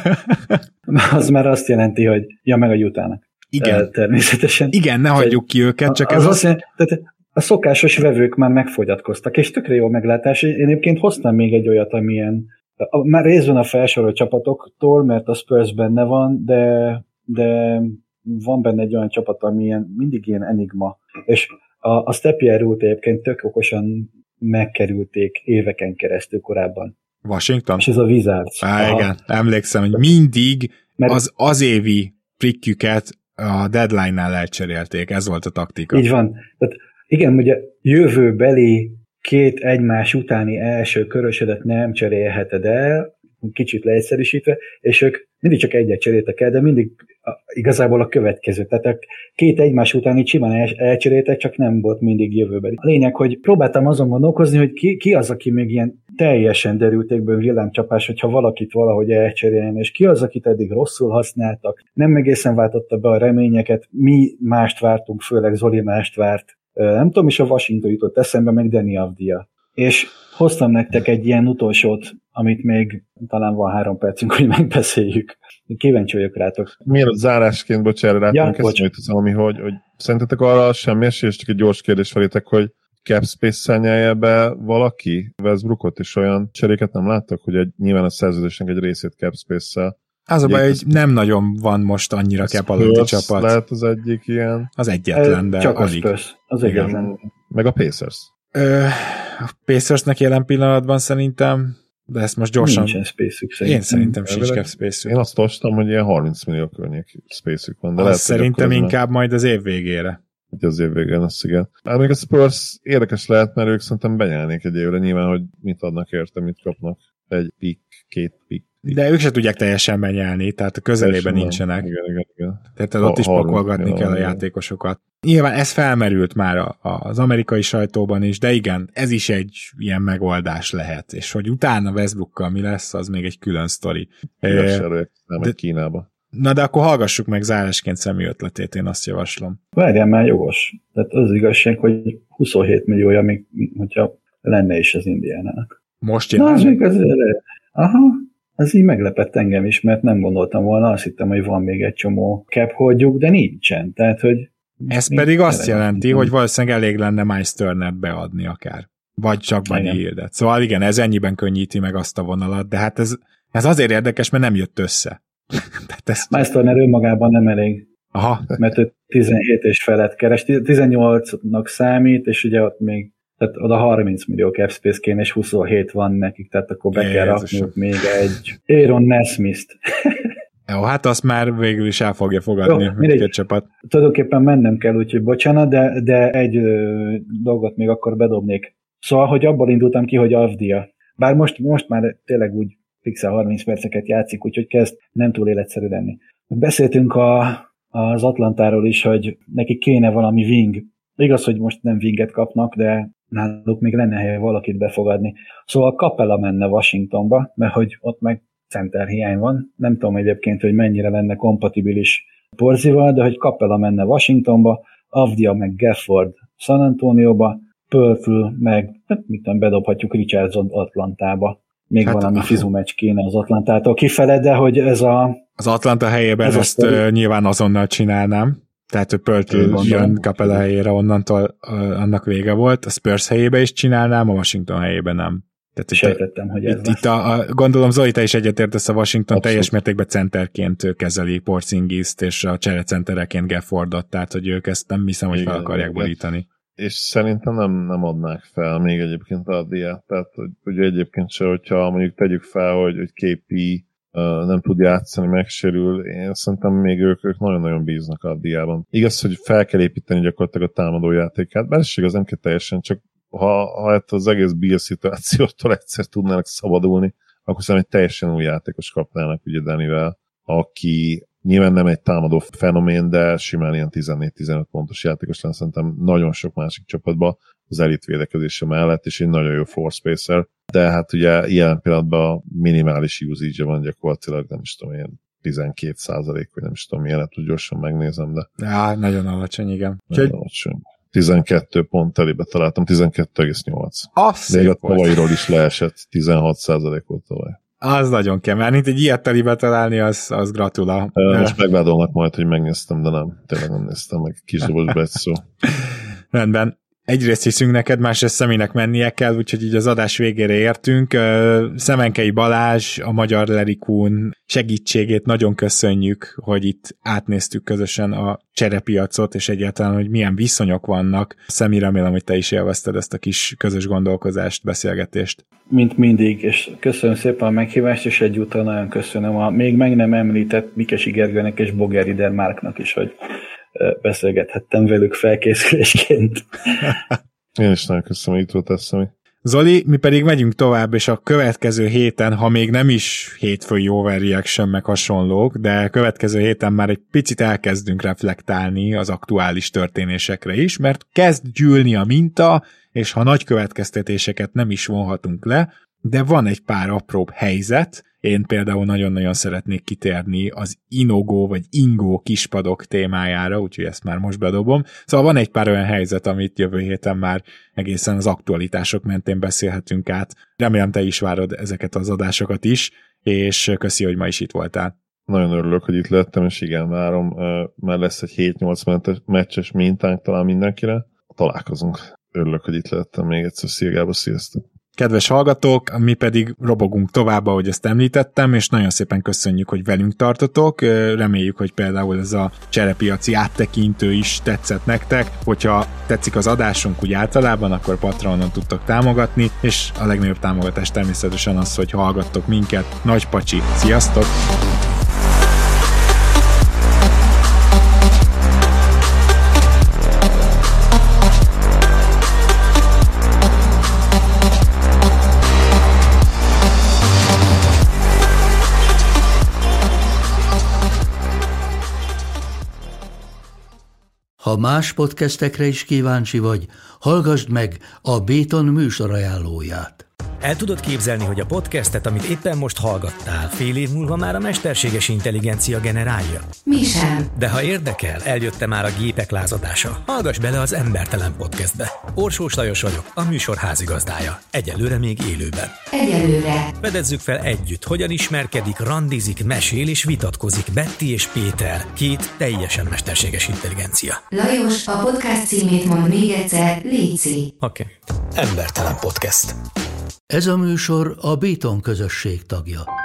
Speaker 4: az már azt jelenti, hogy meg a Utahnak.
Speaker 2: Igen.
Speaker 4: Természetesen.
Speaker 2: Igen, ne hagyjuk ki őket, csak
Speaker 4: ez azt jelenti, tehát a szokásos vevők már megfogyatkoztak, és tökre jó meglátás. Én egyébként hoztam még egy olyat, amilyen már részben a felsorolt csapatoktól, mert a Spurs benne van, de van benne egy olyan csapat, ami mindig ilyen enigma. És a Stepien Root egyébként tök okosan megkerülték éveken keresztül korábban.
Speaker 2: Washington?
Speaker 4: És ez a Wizards.
Speaker 2: Igen, emlékszem, hogy mindig az évi prikküket a deadline-nál elcserélték, ez volt a taktika.
Speaker 4: Így van. Tehát igen, ugye jövőbeli 2 egymás utáni első körösödet nem cserélheted el, kicsit leegyszerűsítve, és ők mindig csak egyet cseréltek el, de mindig igazából a következő. Tehát a 2 egymás utáni simán elcseréltek, csak nem volt mindig jövőbeli. A lényeg, hogy próbáltam azon gondolkozni, hogy ki az, aki még ilyen teljesen derültékből villámcsapás, hogyha valakit valahogy elcseréljen, és ki az, akit eddig rosszul használtak, nem egészen váltotta be a reményeket, mi mást vártunk, főleg Zoli mást várt. Nem tudom, és a Washington jutott eszembe, meg Deni Avdija. És hoztam nektek egy ilyen utolsót, amit még talán van 3 percünk, hogy megbeszéljük. Kíváncsi vagyok rátok.
Speaker 3: Mielőtt zárásként, bocsánat, rátunk eszembe, hogy szerintetek arra semmi esély, csak egy gyors kérdés felétek, hogy cap space-szel nyelje be valaki Westbrookot, és olyan cseréket nem láttak, hogy nyilván a szerződésnek egy részét cap space-szel.
Speaker 2: Az a baj, hogy nem nagyon van most annyira cap alatti csapat.
Speaker 3: Lehet az egyik ilyen.
Speaker 2: Az egyetlen, de
Speaker 4: csak alig. Az egyetlen.
Speaker 3: Meg a Pacers.
Speaker 2: A Pacersnek jelen pillanatban szerintem, de ezt most gyorsan...
Speaker 4: Nincsen space-ük szerintem.
Speaker 2: Én szerintem sincs cap space-ük.
Speaker 3: Én azt olvastam, hogy ilyen 30 millió környék space-ük van. De
Speaker 2: azt
Speaker 3: lehet,
Speaker 2: szerintem inkább majd az év végére.
Speaker 3: Az év végén, azt igen. Hát még a Spurs érdekes lehet, mert ők szerintem benyelnék egy évre, nyilván, hogy mit adnak érte, mit kapnak. Egy pick, 2 pick.
Speaker 2: De ők se tudják teljesen benyelni, tehát a közelében nincsenek.
Speaker 3: Igen.
Speaker 2: Tehát ott is pakolgatni kell a játékosokat. Nyilván ez felmerült már az amerikai sajtóban is, de igen, ez is egy ilyen megoldás lehet. És hogy utána Westbrookkal mi lesz, az még egy külön sztori.
Speaker 3: Nem Kínába.
Speaker 2: Na de akkor hallgassuk meg zárásként Szemi ötletét, én azt javaslom.
Speaker 4: Várjál, már jogos. Tehát az igazság, hogy 27 milliója, még hogyha lenne is az Indiánának.
Speaker 2: Most jön.
Speaker 4: Ez így meglepett engem is, mert nem gondoltam volna, azt hittem, hogy van még egy csomó cap holdjuk, de nincsen. Tehát, hogy
Speaker 2: ez pedig azt jelenti, hogy valószínűleg elég lenne Miles Turnert beadni akár. Vagy csak Buddy Hieldet. Szóval igen, ez ennyiben könnyíti meg azt a vonalat, de hát ez azért érdekes, mert nem jött össze.
Speaker 4: Miles Turner önmagában nem elég.
Speaker 2: Aha.
Speaker 4: Mert ő 17 és felett keres. 18-nak számít, és ugye ott még tehát oda 30 millió cap space kéne, és 27 van nekik, tehát akkor be kell rakniuk még egy Aaron Nesmith-t.
Speaker 2: Jó, hát azt már végül is el fogja fogadni mindkét csapat.
Speaker 4: Tulajdonképpen mennem kell, úgyhogy bocsánat, de egy dolgot még akkor bedobnék. Szóval, hogy abból indultam ki, hogy Avdija. Bár most már tényleg úgy fixel 30 perceket játszik, úgyhogy kezd nem túl életszerű lenni. Beszéltünk az Atlantáról is, hogy neki kéne valami wing. Igaz, hogy most nem winget kapnak, de náluk még lenne helye valakit befogadni. Szóval Capella menne Washingtonba, mert hogy ott meg center hiány van. Nem tudom egyébként, hogy mennyire lenne kompatibilis Porzival, de hogy Capella menne Washingtonba, Avdija meg Gafford San Antonioba, Pörtl meg, mit tudom, bedobhatjuk Richardson Atlantába. Még hát valami fizumeccs kéne az Atlantától kifele, de hogy ez
Speaker 2: az Atlanta helyében ezt nyilván azonnal csinálnám. Tehát, hogy Pörtl jön Capella helyére, onnantól annak vége volt. A Spurs helyébe is csinálnám, a Washington helyébe nem.
Speaker 4: Sejtettem, hogy ez
Speaker 2: itt gondolom, Zoli, te is egyetértesz, a Washington abszolút teljes mértékben centerként kezeli Porzingiszt, és a cserecentereként Gaffordot, tehát, hogy ők ezt nem hiszem, hogy fel akarják borítani.
Speaker 3: És szerintem nem adnák fel még egyébként a diát. Tehát, hogy egyébként se, hogyha mondjuk tegyük fel, hogy KP nem tud játszani, megsérül. Én szerintem még ők nagyon-nagyon bíznak a diában. Igaz, hogy fel kell építeni gyakorlatilag a támadójátékát, bár az nem kell teljesen, csak ha hát az egész Bill szituációtól egyszer tudnának szabadulni, akkor szerintem egy teljesen új játékos kapnának ugye Danivel, aki nyilván nem egy támadó fenomén, de simán ilyen 14-15 pontos játékos lenne szerintem nagyon sok másik csapatban az elit védekezése mellett, és egy nagyon jó floor spacer, de hát ugye ilyen pillanatban minimális usage van gyakorlatilag, nem is tudom, ilyen 12%, vagy nem is tudom, milyen, tud gyorsan megnézem, de...
Speaker 2: Ja, nagyon alacsony, igen.
Speaker 3: Nagyon alacsony. 12 pont elébe találtam, 12,8. Még a tavalyiról is leesett, 16% volt tavaly.
Speaker 2: Az nagyon kemény, mint egy ilyet telibe találni, az gratula.
Speaker 3: Most megvádolnak majd, hogy megnéztem, de nem, tényleg nem néztem meg, kisdobos szó.
Speaker 2: Rendben. Egyrészt hiszünk neked, másrészt Szeminek mennie kell, úgyhogy így az adás végére értünk. Szemenkei Balázs, a Magyar Lerikún segítségét nagyon köszönjük, hogy itt átnéztük közösen a cserepiacot, és egyáltalán, hogy milyen viszonyok vannak. Szemi, remélem, hogy te is élvezted ezt a kis közös gondolkozást, beszélgetést.
Speaker 4: Mint mindig, és köszönöm szépen a meghívást, és egyúttal nagyon köszönöm a még meg nem említett Mikesi Gergőnek és Boger Idermárknak is, hogy beszélgethettem velük felkészülésként.
Speaker 3: Én is nagyon köszönöm, hogy itt volt eszemé.
Speaker 2: Zoli, mi pedig megyünk tovább, és a következő héten, ha még nem is hétfői overreaction meg hasonlók, de következő héten már egy picit elkezdünk reflektálni az aktuális történésekre is, mert kezd gyűlni a minta, és ha nagy következtetéseket nem is vonhatunk le, de van egy pár apróbb helyzet. Én például nagyon-nagyon szeretnék kitérni az Inogó vagy Ingó kispadok témájára, úgyhogy ezt már most bedobom. Szóval van egy pár olyan helyzet, amit jövő héten már egészen az aktualitások mentén beszélhetünk át. Remélem te is várod ezeket az adásokat is, és köszi, hogy ma is itt voltál.
Speaker 3: Nagyon örülök, hogy itt lettem, és igen, várom. Már lesz egy 7-8 meccses mintánk talán mindenkire. Találkozunk. Örülök, hogy itt lettem még egyszer. Szia Gábor, sziasztok!
Speaker 2: Kedves hallgatók, mi pedig robogunk tovább, ahogy ezt említettem, és nagyon szépen köszönjük, hogy velünk tartotok. Reméljük, hogy például ez a cserepiaci áttekintő is tetszett nektek. Hogyha tetszik az adásunk úgy általában, akkor Patreonon tudtok támogatni, és a legnagyobb támogatás természetesen az, hogy hallgattok minket. Nagy pacsi, sziasztok!
Speaker 5: Ha más podcastekre is kíváncsi vagy, hallgassd meg a Béton műsor ajánlóját.
Speaker 6: El tudod képzelni, hogy a podcastet, amit éppen most hallgattál, fél év múlva már a mesterséges intelligencia generálja?
Speaker 7: Mi sem.
Speaker 6: De ha érdekel, eljött már a gépek lázadása. Hallgass bele az Embertelen Podcastbe. Orsós Lajos vagyok, a műsor házigazdája. Egyelőre még élőben.
Speaker 7: Egyelőre.
Speaker 6: Fedezzük fel együtt, hogyan ismerkedik, randizik, mesél és vitatkozik Betty és Péter, két teljesen mesterséges intelligencia.
Speaker 7: Lajos, a podcast címét mond még egyszer, léci.
Speaker 6: Oké. Embertelen Podcast.
Speaker 5: Ez a műsor a Béton közösség tagja.